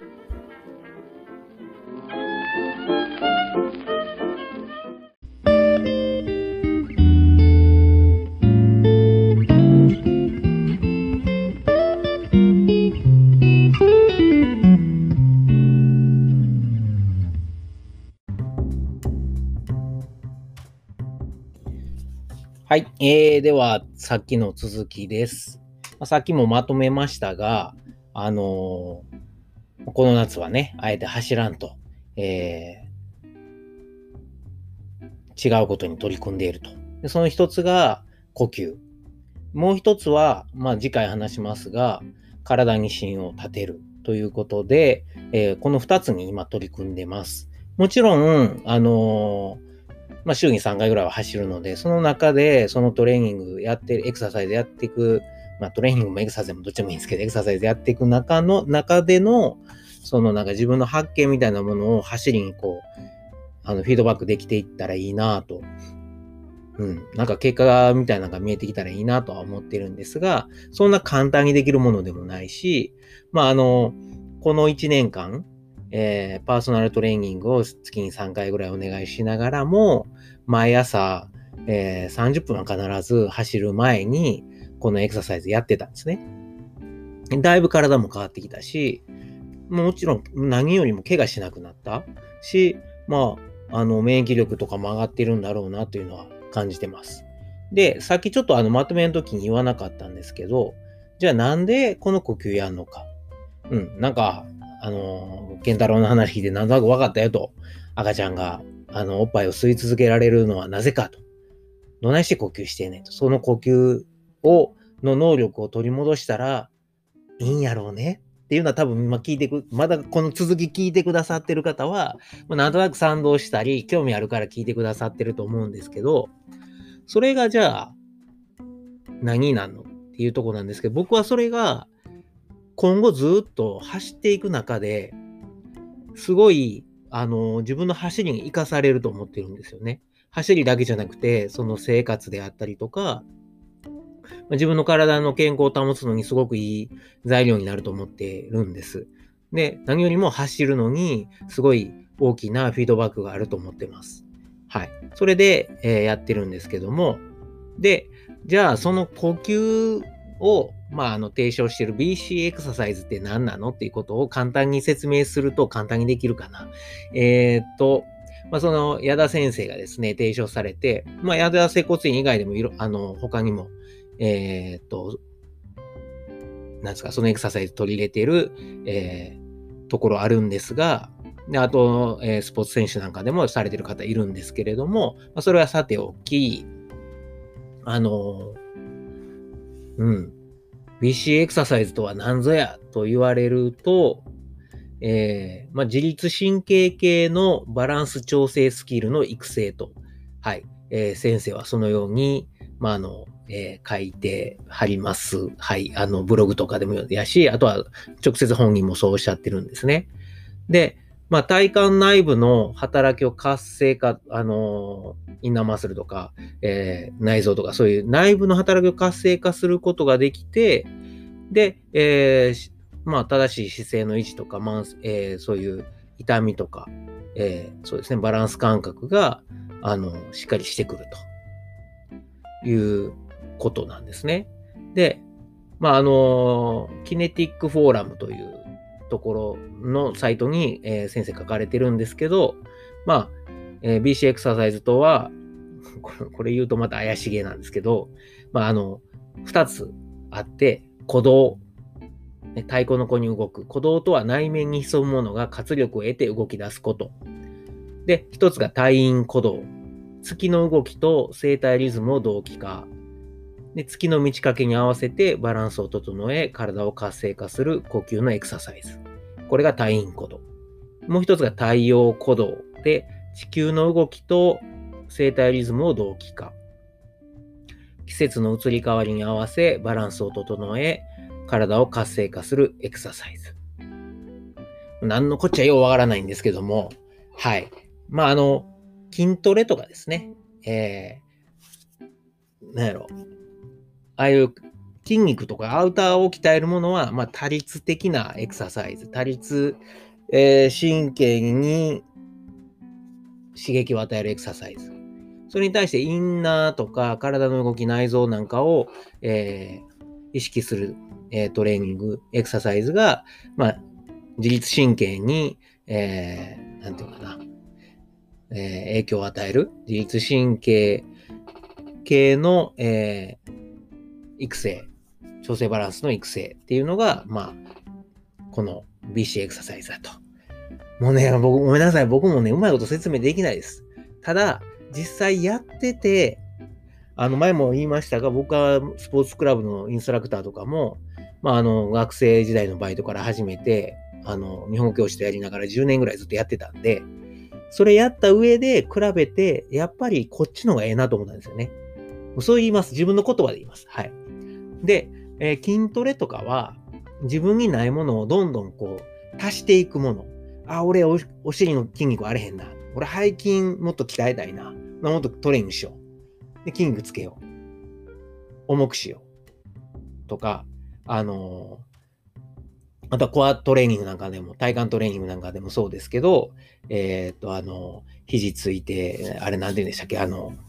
はい。では、さっきの続きです。さっきもまとめましたが、この夏はね、あえて走らんと、違うことに取り組んでいると。でその一つが呼吸。もう一つは、次回話しますが、体に芯を立てるということで、この二つに今取り組んでます。もちろん、週に3回ぐらいは走るので、その中でそのトレーニングやってる、エクササイズやっていく、トレーニングもエクササイズもどっちもいいんですけど、エクササイズやっていく中での、その自分の発見みたいなものを走りにフィードバックできていったらいいなと。結果みたいなのが見えてきたらいいなとは思ってるんですが、そんな簡単にできるものでもないし、この1年間、パーソナルトレーニングを月に3回ぐらいお願いしながらも、毎朝、30分は必ず走る前に、このエクササイズやってたんですね。だいぶ体も変わってきたし、もちろん何よりも怪我しなくなったし、免疫力とかも上がってるんだろうなというのは感じてます。で、さっきちょっとまとめの時に言わなかったんですけど、じゃあなんでこの呼吸やんのか。健太郎の話聞いてなんとなく分かったよと。赤ちゃんが、おっぱいを吸い続けられるのはなぜかと。どないして呼吸してんねんと。その呼吸の能力を取り戻したらいいんやろうね。っていうのは多分まだこの続き聞いてくださってる方は、なんとなく賛同したり、興味あるから聞いてくださってると思うんですけど、それがじゃあ、何になるのっていうところなんですけど、僕はそれが、今後ずっと走っていく中で、すごい、自分の走りに活かされると思ってるんですよね。走りだけじゃなくて、その生活であったりとか、自分の体の健康を保つのにすごくいい材料になると思ってるんです。で、何よりも走るのにすごい大きなフィードバックがあると思ってます。はい。それで、やってるんですけども、で、じゃあその呼吸を、提唱している BC エクササイズって何なのっていうことを簡単に説明すると簡単にできるかな。その矢田先生がですね、提唱されて、矢田接骨院以外でも他にも、そのエクササイズ取り入れている、ところあるんですが、であと、スポーツ選手なんかでもされている方いるんですけれども、それはさておき、BC エクササイズとは何ぞやと言われると、自律神経系のバランス調整スキルの育成と、はい、先生はそのように、書いてはります。はい、ブログとかでもやし、あとは直接本人もそうおっしゃってるんですね。で、体幹内部の働きを活性化、インナーマッスルとか、内臓とか、そういう内部の働きを活性化することができて、で、正しい姿勢の維持とか、そういう痛みとか、そうですね、バランス感覚が、しっかりしてくるということなんですね。で、キネティックフォーラムというところのサイトに、先生書かれてるんですけど、BC エクササイズとは、これ言うとまた怪しげなんですけど、二つあって、鼓動。太鼓の子に動く。鼓動とは内面に潜むものが活力を得て動き出すこと。で、一つが太陰鼓動。 月の動きと生体リズムを同期化。で、月の満ち欠けに合わせてバランスを整え、体を活性化する呼吸のエクササイズ。これが太陰鼓動。もう一つが太陽鼓動で、地球の動きと生体リズムを同期化。季節の移り変わりに合わせバランスを整え、体を活性化するエクササイズ。何のこっちゃようわからないんですけども、はい。筋トレとかですね。なんやろ。ああいう筋肉とかアウターを鍛えるものは、多率的なエクササイズ。多率、神経に刺激を与えるエクササイズ。それに対してインナーとか体の動き、内臓なんかを、意識する、トレーニング、エクササイズが、自律神経に、なんていうかな、影響を与える自律神経系の、育成、調整バランスの育成っていうのが、この BC エクササイズだと。もうね、ごめんなさい。僕もね、うまいこと説明できないです。ただ、実際やってて、前も言いましたが、僕はスポーツクラブのインストラクターとかも、学生時代のバイトから始めて、日本語教師とやりながら10年ぐらいずっとやってたんで、それやった上で比べて、やっぱりこっちの方がええなと思ったんですよね。そう言います。自分の言葉で言います。はい。で、筋トレとかは、自分にないものをどんどん足していくもの。俺お尻の筋肉あれへんな。俺背筋もっと鍛えたいな。もっとトレーニングしよう。で、筋肉つけよう。重くしよう。とか、あとはコアトレーニングなんかでも、体幹トレーニングなんかでもそうですけど、肘ついて、あれなんて言うんでしたっけ、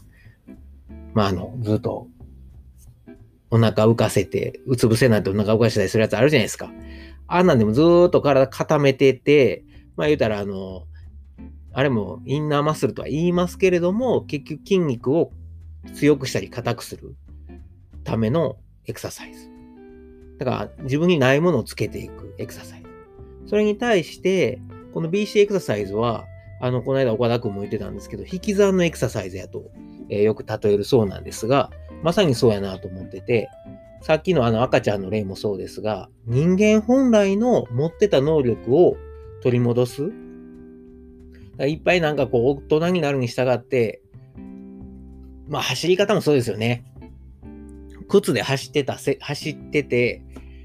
ずっと、お腹浮かせて、うつ伏せになってお腹浮かせたりするやつあるじゃないですか。あんなんでもずーっと体固めてて、言うたらあれもインナーマッスルとは言いますけれども、結局筋肉を強くしたり硬くするためのエクササイズ。だから自分にないものをつけていくエクササイズ。それに対して、この BC エクササイズは、この間岡田くんも言ってたんですけど、引き算のエクササイズやと、よく例えるそうなんですが、まさにそうやなと思ってて、さっきの赤ちゃんの例もそうですが、人間本来の持ってた能力を取り戻す。いっぱい大人になるに従って、走り方もそうですよね。靴で走ってて、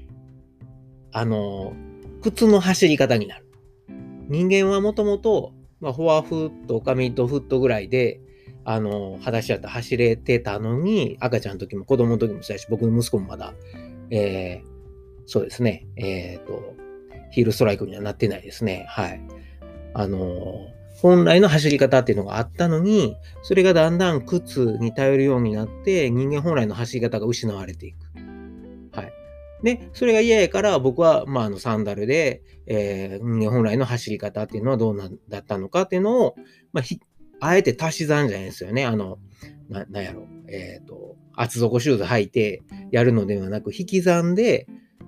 靴の走り方になる。人間はもともと、フォアフットかミッドフットぐらいで、裸足だったら走れてたのに、赤ちゃんの時も子供の時もそうやし、僕の息子もまだ、そうですね、ヒールストライクにはなってないですね。はい。本来の走り方っていうのがあったのに、それがだんだん靴に頼るようになって、人間本来の走り方が失われていく。はい。で、それが嫌やから、僕は、サンダルで、人間本来の走り方っていうのはどうだったのかっていうのを、あえて足し算じゃないですよね。なんやろ。厚底シューズ履いてやるのではなく、引き算で、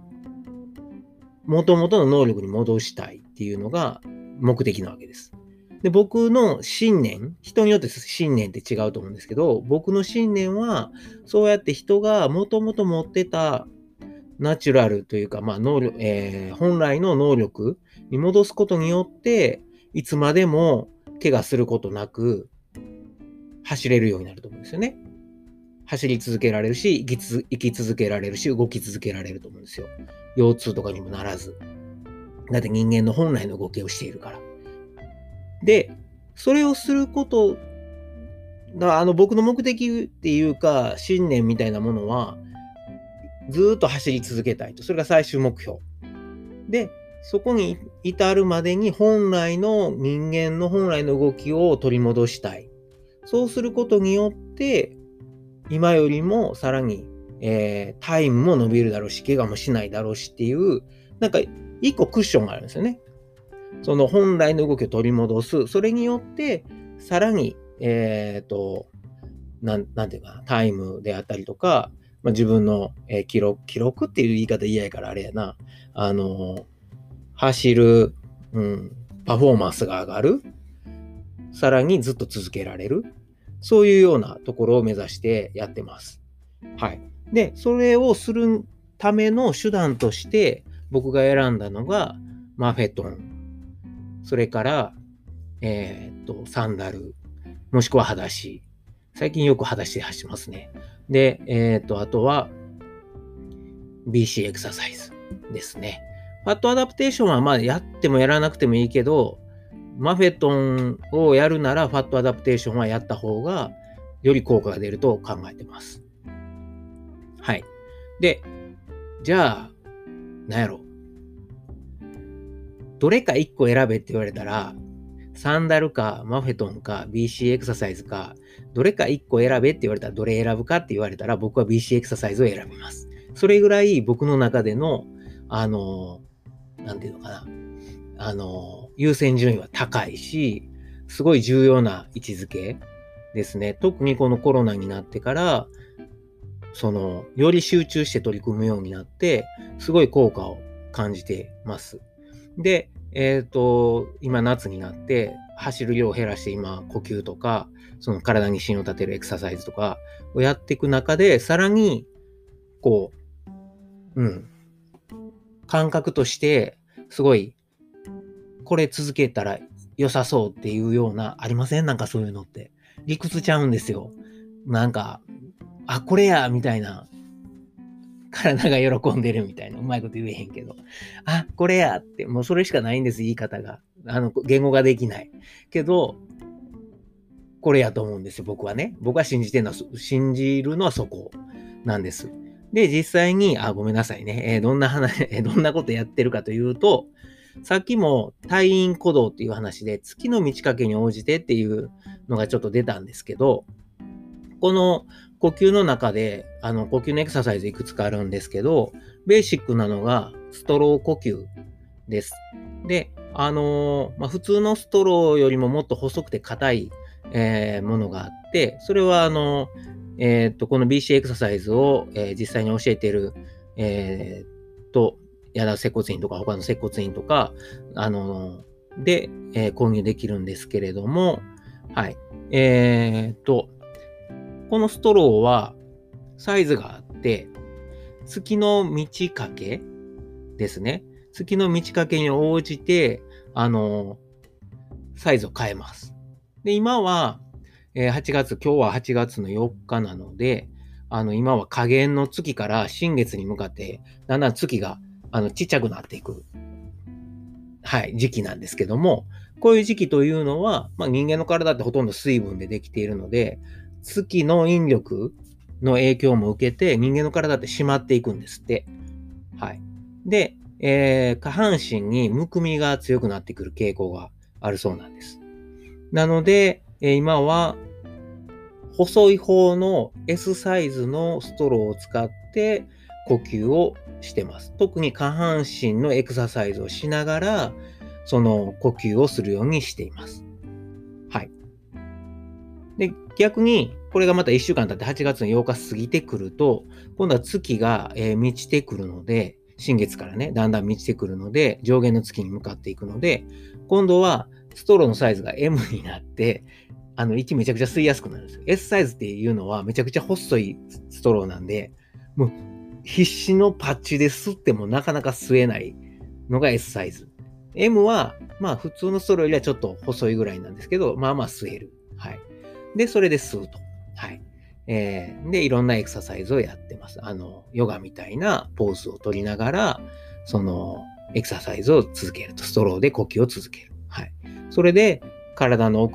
元々の能力に戻したいっていうのが目的なわけです。で、僕の信念、人によって信念って違うと思うんですけど、僕の信念は、そうやって人が元々持ってたナチュラルというか、能力、本来の能力に戻すことによって、いつまでも怪我することなく走れるようになると思うんですよね。走り続けられるし、生き続けられるし、動き続けられると思うんですよ。腰痛とかにもならず。だって人間の本来の動きをしているから。で、それをすることが、僕の目的っていうか、信念みたいなものは、ずーっと走り続けたいと。それが最終目標。で、そこに至るまでに本来の人間の本来の動きを取り戻したい。そうすることによって、今よりもさらに、タイムも伸びるだろうし、怪我もしないだろうしっていう、一個クッションがあるんですよね。その本来の動きを取り戻す。それによって、さらに、なんていうかな、タイムであったりとか、自分の、記録っていう言い方嫌やからあれやな。走る、パフォーマンスが上がる。さらにずっと続けられる。 そういうようなところを目指してやってます。はい。で、それをするための手段として僕が選んだのがマフェトン、それから、サンダル、もしくは裸足。最近よく裸足で走ってますね。で、あとは BC エクササイズですね。ファットアダプテーションはまあやってもやらなくてもいいけど、マフェトンをやるならファットアダプテーションはやった方がより効果が出ると考えてます。はい。で、じゃあ、なんやろ。どれか1個選べって言われたら、サンダルかマフェトンか BC エクササイズか、どれか1個選べって言われたらどれ選ぶかって言われたら僕は BC エクササイズを選びます。それぐらい僕の中での、なんていうのかな。優先順位は高いし、すごい重要な位置づけですね。特にこのコロナになってから、より集中して取り組むようになって、すごい効果を感じてます。で、今夏になって走る量を減らして今呼吸とか、その体に芯を立てるエクササイズとかをやっていく中で、さらに、感覚として、すごい、これ続けたら良さそうっていうような、ありません？なんかそういうのって。理屈ちゃうんですよ。なんか、あ、これやみたいな。体が喜んでるみたいな。うまいこと言えへんけど。あ、これやって。もうそれしかないんです、言い方が。言語ができない。けど、これやと思うんですよ、僕はね。僕は信じるのはそこなんです。で、実際に、ごめんなさいね。どんなことやってるかというと、さっきも退院鼓動っていう話で、月の満ち欠けに応じてっていうのがちょっと出たんですけど、この呼吸の中で、呼吸のエクササイズいくつかあるんですけど、ベーシックなのがストロー呼吸です。で、普通のストローよりももっと細くて硬い、ものがあって、それはこの BC エクササイズを、実際に教えている、矢田接骨院とか他の接骨院とか、で、購入できるんですけれども、はい。このストローはサイズがあって、月の満ち欠けですね。月の満ち欠けに応じて、サイズを変えます。で、今は、今日は8月の4日なので、今は下限の月から新月に向かって、だんだん月が、ちっちゃくなっていく、はい、時期なんですけども、こういう時期というのは、人間の体ってほとんど水分でできているので、月の引力の影響も受けて、人間の体って締まっていくんですって。はい。で、下半身にむくみが強くなってくる傾向があるそうなんです。なので、今は、細い方の S サイズのストローを使って呼吸をしてます。特に下半身のエクササイズをしながら、その呼吸をするようにしています。はい。で、逆に、これがまた1週間経って8月の8日過ぎてくると、今度は月が満ちてくるので、新月からね、だんだん満ちてくるので、上限の月に向かっていくので、今度はストローのサイズが M になって、息めちゃくちゃ吸いやすくなるんですよ。S サイズっていうのはめちゃくちゃ細いストローなんで、もう必死のパッチで吸ってもなかなか吸えないのが S サイズ。M は、普通のストローよりはちょっと細いぐらいなんですけど、吸える。はい。で、それで吸うと。はい。で、いろんなエクササイズをやってます。ヨガみたいなポーズを取りながら、そのエクササイズを続けると。ストローで呼吸を続ける。はい。それで、体の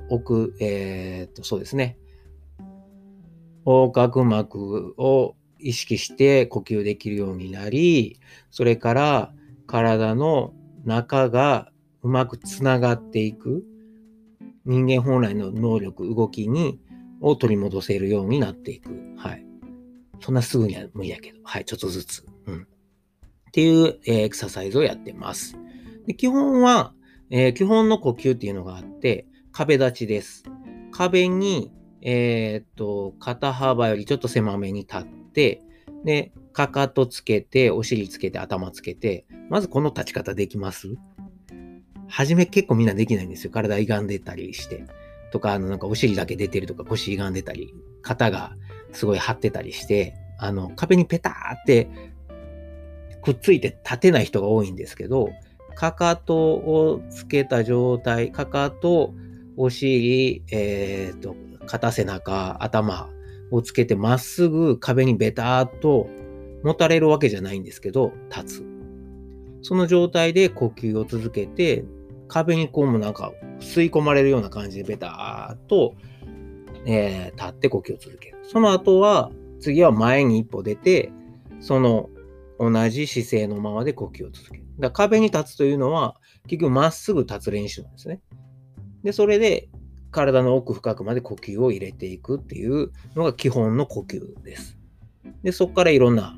そうですね。横隔膜を意識して呼吸できるようになり、それから体の中がうまくつながっていく。人間本来の能力、動きを取り戻せるようになっていく。はい。そんなすぐには無理やけど、はい、ちょっとずつ。っていう、エクササイズをやってます。で、基本の呼吸っていうのがあって、壁立ちです。壁に、肩幅よりちょっと狭めに立って、で、かかとつけて、お尻つけて、頭つけて、まずこの立ち方できます？初め結構みんなできないんですよ。体歪んでたりして。 とか、なんかお尻だけ出てるとか、腰歪んでたり、肩がすごい張ってたりして、壁にペターってくっついて立てない人が多いんですけど、かかとをつけた状態、かかと、お尻、肩、背中、頭をつけてまっすぐ壁にベターっと持たれるわけじゃないんですけど、立つ。その状態で呼吸を続けて、壁にこうもなんか吸い込まれるような感じでベターっと、立って呼吸を続ける。その後は、次は前に一歩出て、その同じ姿勢のままで呼吸を続ける。だから壁に立つというのは、結局まっすぐ立つ練習なんですね。で、それで体の奥深くまで呼吸を入れていくっていうのが基本の呼吸です。で、そこからいろんな、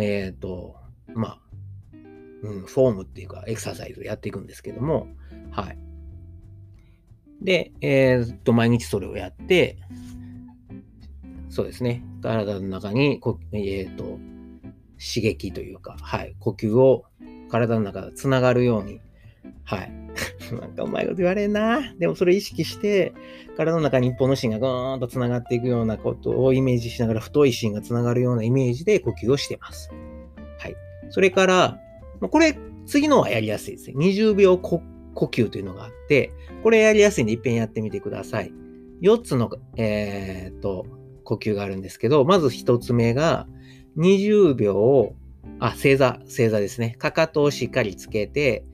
フォームっていうかエクササイズをやっていくんですけども、はい。で、毎日それをやって、そうですね、体の中に刺激というか、はい、呼吸を体の中でつながるように、はい。なんかうまいこと言われんな。でもそれ意識して、体の中に一本の芯がゴーンとつながっていくようなことをイメージしながら、太い芯がつながるようなイメージで呼吸をしています。はい。それから、これ、次のはやりやすいですね。20秒呼吸というのがあって、これやりやすいんで一遍やってみてください。4つの、呼吸があるんですけど、まず1つ目が、20秒、正座ですね。かかとをしっかりつけて、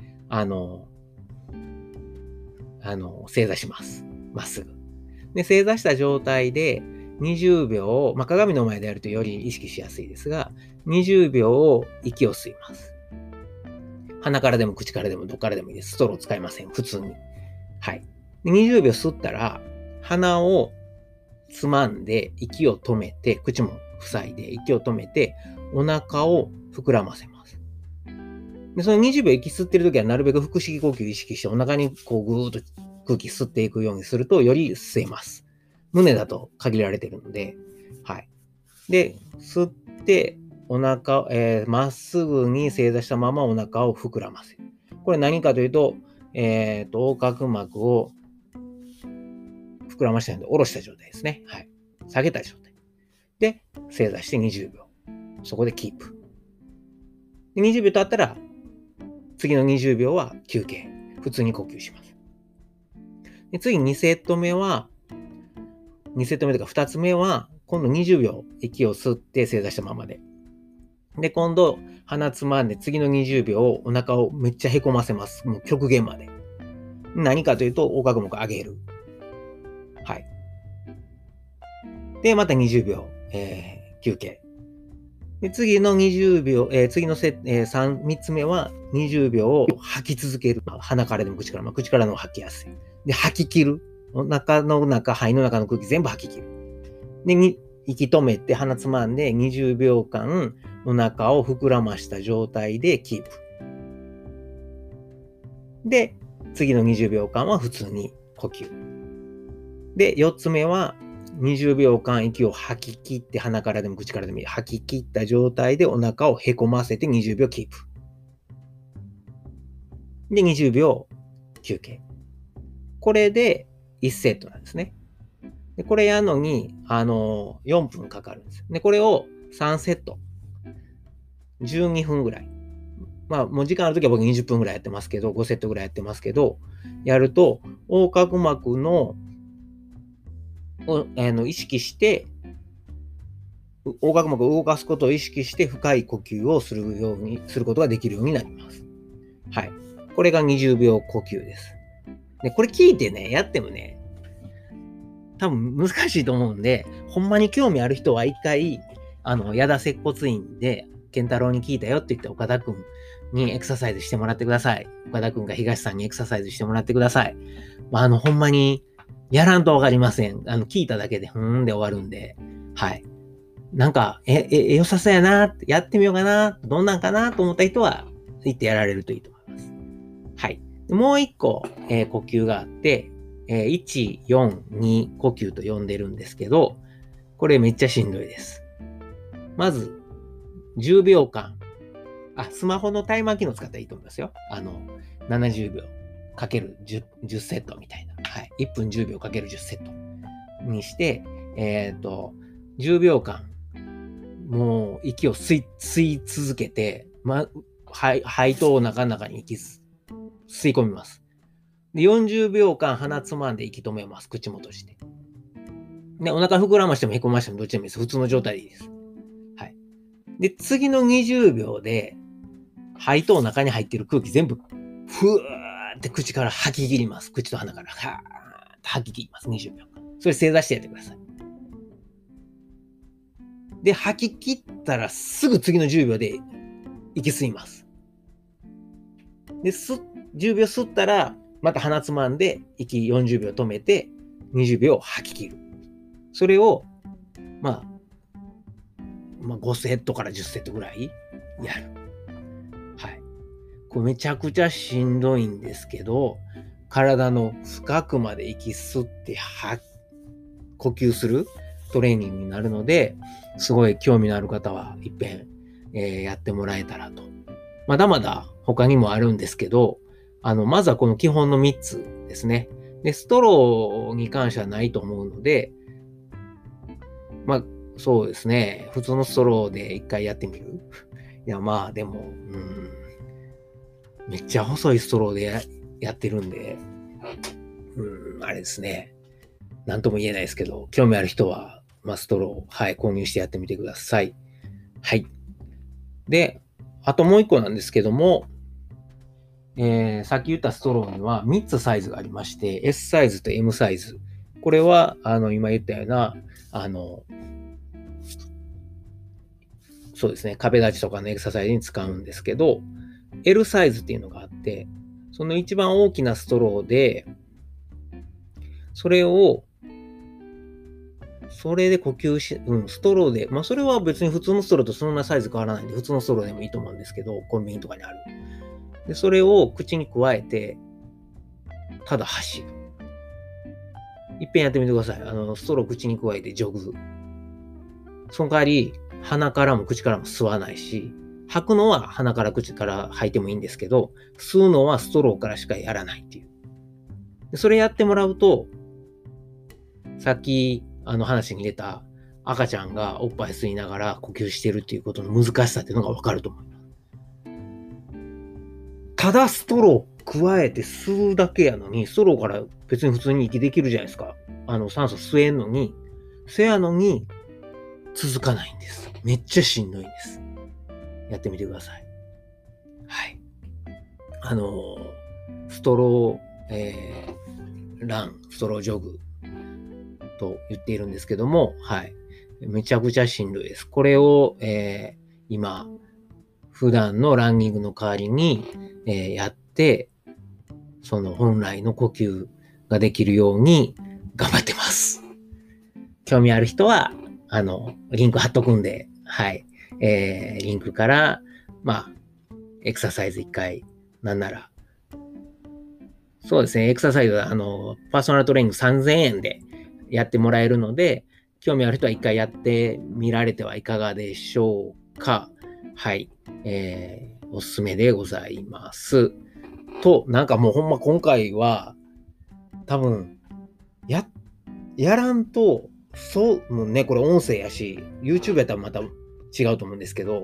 正座します。まっすぐ。で、正座した状態で、20秒、鏡の前でやるとより意識しやすいですが、20秒息を吸います。鼻からでも口からでもどっからでもいいです。ストロー使いません。普通に。はい。で20秒吸ったら、鼻をつまんで息を止めて、口も塞いで息を止めて、お腹を膨らませます。でその20秒息吸ってるときはなるべく腹式呼吸を意識してお腹にこうぐーっと空気吸っていくようにするとより吸えます。胸だと限られているので、はい。で、吸ってお腹、まっすぐに正座したままお腹を膨らませる。これ何かというと、横隔膜を膨らましたので下ろした状態ですね。はい。下げた状態。で、正座して20秒。そこでキープ。で20秒経ったら、次の20秒は休憩。普通に呼吸します。で次2セット目とか2つ目は、今度20秒息を吸って正座したままで。で、今度鼻つまんで次の20秒お腹をめっちゃへこませます。もう極限まで。何かというと、横隔膜上げる。はい。で、また20秒、休憩。で、次の20秒、次の3つ目は20秒を吐き続ける。鼻からでも口から、口からの吐きやすい。で、吐き切る。お腹の中、肺の中の空気全部吐き切る。で、息止めて鼻つまんで20秒間お腹を膨らました状態でキープ。で、次の20秒間は普通に呼吸。で、4つ目は20秒間息を吐き切って鼻からでも口からでもいい。吐き切った状態でお腹をへこませて20秒キープ。で、20秒休憩。これで1セットなんですね。でこれやるのに、4分かかるんです。で、これを3セット。12分ぐらい。もう時間あるときは僕20分ぐらいやってますけど、5セットぐらいやってますけど、やると、横隔膜を意識して、横隔膜を動かすことを意識して深い呼吸をすることができるようになります。はい。これが20秒呼吸です。で、これ聞いてね、やってもね、多分難しいと思うんで、ほんまに興味ある人は一回、矢田接骨院で、健太郎に聞いたよって言って岡田くんにエクササイズしてもらってください。岡田くんが東さんにエクササイズしてもらってください。ほんまに、やらんとわかりません。聞いただけで、で終わるんで、はい。なんか、良さそうやな、やってみようかな、どんなんかなと思った人は、行ってやられるといいと思います。はい。もう一個、呼吸があって、1、4、2呼吸と呼んでるんですけど、これめっちゃしんどいです。まず、10秒間。スマホのタイマー機能使ったらいいと思いますよ。70秒。 かける 10セットみたいな。はい。1分10秒かける10セットにして、10秒間、もう息を吸い続けて、肺とお腹の中に吸い込みます。で、40秒間鼻つまんで息止めます。口元して。で、お腹膨らましてもへこましてもどっちでもいいです。普通の状態でいいです。はい。で、次の20秒で、肺とお腹に入っている空気全部、ふーって口から吐き切ります。口と鼻から、はーって吐き切ります。20秒間。それ正座してやってください。で、吐き切ったらすぐ次の10秒で息吸います。で、10秒吸ったら、また鼻つまんで、息40秒止めて、20秒吐き切る。それを、5セットから10セットぐらいやる。はい。これめちゃくちゃしんどいんですけど、体の深くまで息吸って呼吸するトレーニングになるので、すごい興味のある方は一遍、やってもらえたらと。まだまだ他にもあるんですけど、まずはこの基本の3つですね。で、ストローに関してはないと思うので、そうですね。普通のストローで一回やってみる。いや、でも、めっちゃ細いストローでやってるんで、あれですね。なんとも言えないですけど、興味ある人は、ストロー、はい、購入してやってみてください。はい。で、あともう一個なんですけども、さっき言ったストローには3つサイズがありまして、S サイズと M サイズ。これは、今言ったような、そうですね、壁立ちとかのエクササイズに使うんですけど、L サイズっていうのがあって、その一番大きなストローで、それで呼吸ストローで、それは別に普通のストローとそんなサイズ変わらないんで、普通のストローでもいいと思うんですけど、コンビニとかにある。で、それを口に加えて、ただ走る。いっぺんやってみてください。ストロー口に加えてジョグ。その代わり、鼻からも口からも吸わないし、吐くのは鼻から口から吐いてもいいんですけど、吸うのはストローからしかやらないっていう。でそれやってもらうと、さっき話に出た赤ちゃんがおっぱい吸いながら呼吸してるっていうことの難しさっていうのがわかると思います。ただストロー加えて吸うだけやのに、ストローから別に普通に息できるじゃないですか。酸素吸えんのに、せやのに続かないんです。めっちゃしんどいんです。やってみてください。はい。ストロー、ラン、ストロージョグと言っているんですけども、はい。めちゃくちゃしんどいです。これを、今、普段のランニングの代わりに、やって、その本来の呼吸ができるように頑張ってます。興味ある人は、リンク貼っとくんで、はい。リンクから、エクササイズ1回、なんなら、そうですね、エクササイズは、パーソナルトレーニング3000円でやってもらえるので、興味ある人は1回やってみられてはいかがでしょうか。はい。おすすめでございます。と、なんかもうほんま今回は、多分、やらんと、もうね、これ音声やし、YouTube やったらまた違うと思うんですけど、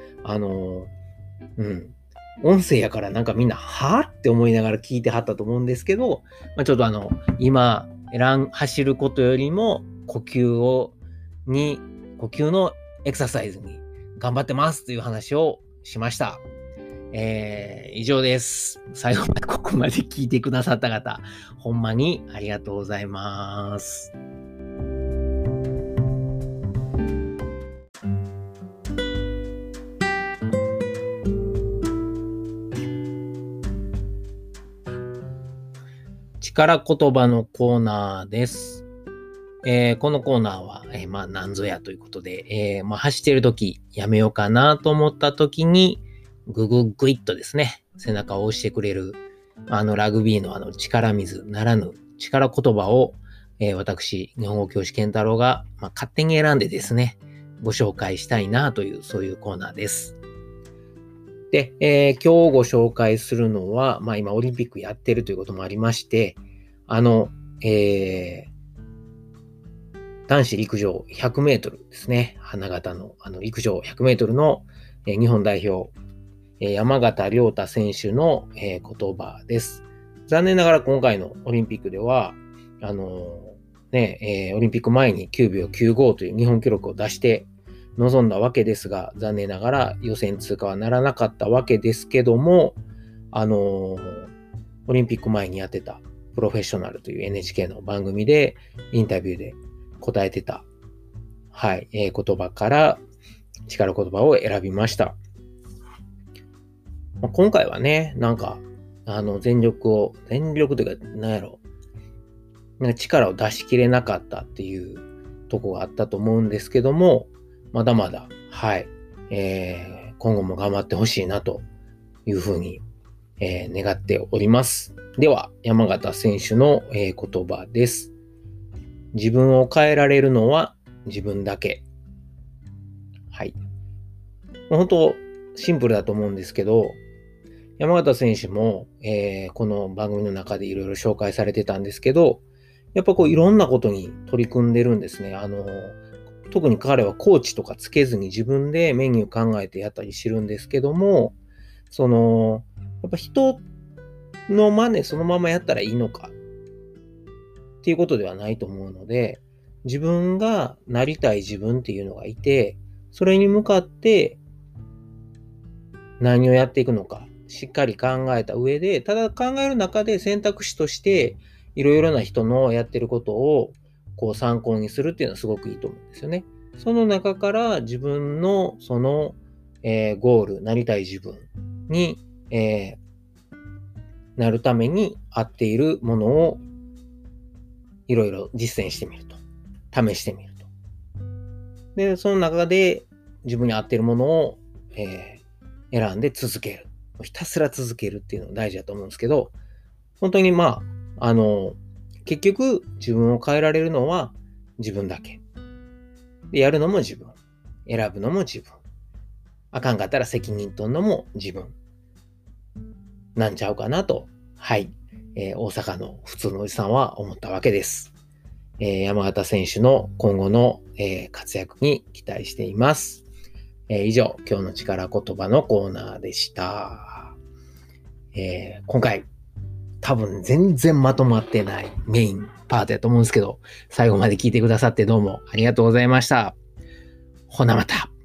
音声やからなんかみんな、はぁって思いながら聞いてはったと思うんですけど、ちょっと今、走ることよりも、呼吸のエクササイズに頑張ってますという話をしました。以上です。最後までここまで聞いてくださった方、ほんまにありがとうございます。力言葉のコーナーです。このコーナーは、何ぞやということで、走っているとき、やめようかなと思ったときに、ぐいっとですね、背中を押してくれる、ラグビーの力水ならぬ力言葉を、私、日本語教師健太郎が、勝手に選んでですね、ご紹介したいなという、そういうコーナーです。 で、今日ご紹介するのは、今オリンピックやってるということもありまして、男子陸上100メートルですね。花形の陸上100メートルの、日本代表、山縣亮太選手の、言葉です。残念ながら今回のオリンピックでは、オリンピック前に9秒95という日本記録を出して臨んだわけですが、残念ながら予選通過はならなかったわけですけども、オリンピック前にやってたプロフェッショナルという NHK の番組でインタビューで答えてた、言葉から力言葉を選びました。今回はね、全力というか、力を出し切れなかったっていうところがあったと思うんですけども、まだまだ、今後も頑張ってほしいなというふうに、願っております。では、山縣選手の、言葉です。自分を変えられるのは自分だけ。本当シンプルだと思うんですけど、山縣選手も、この番組の中でいろいろ紹介されてたんですけど、やっぱいろんなことに取り組んでるんですね。特に彼はコーチとかつけずに自分でメニュー考えてやったりしてるんですけども、やっぱ人の真似そのままやったらいいのかっていうことではないと思うので、自分がなりたい自分っていうのがいて、それに向かって何をやっていくのか、しっかり考えた上で、ただ考える中で選択肢として、いろいろな人のやってることを参考にするっていうのはすごくいいと思うんですよね。その中から自分のゴール、なりたい自分に、なるために合っているものをいろいろ実践してみると。試してみると。で、その中で自分に合っているものを、選んで続ける。ひたすら続けるっていうのが大事だと思うんですけど、本当に結局自分を変えられるのは自分だけ。で、やるのも自分。選ぶのも自分。あかんかったら責任取るのも自分。なんちゃうかなと、大阪の普通のおじさんは思ったわけです。山縣選手の今後の、活躍に期待しています。以上、今日の力言葉のコーナーでした。今回、多分全然まとまってないメインパートやと思うんですけど、最後まで聞いてくださってどうもありがとうございました。ほなまた。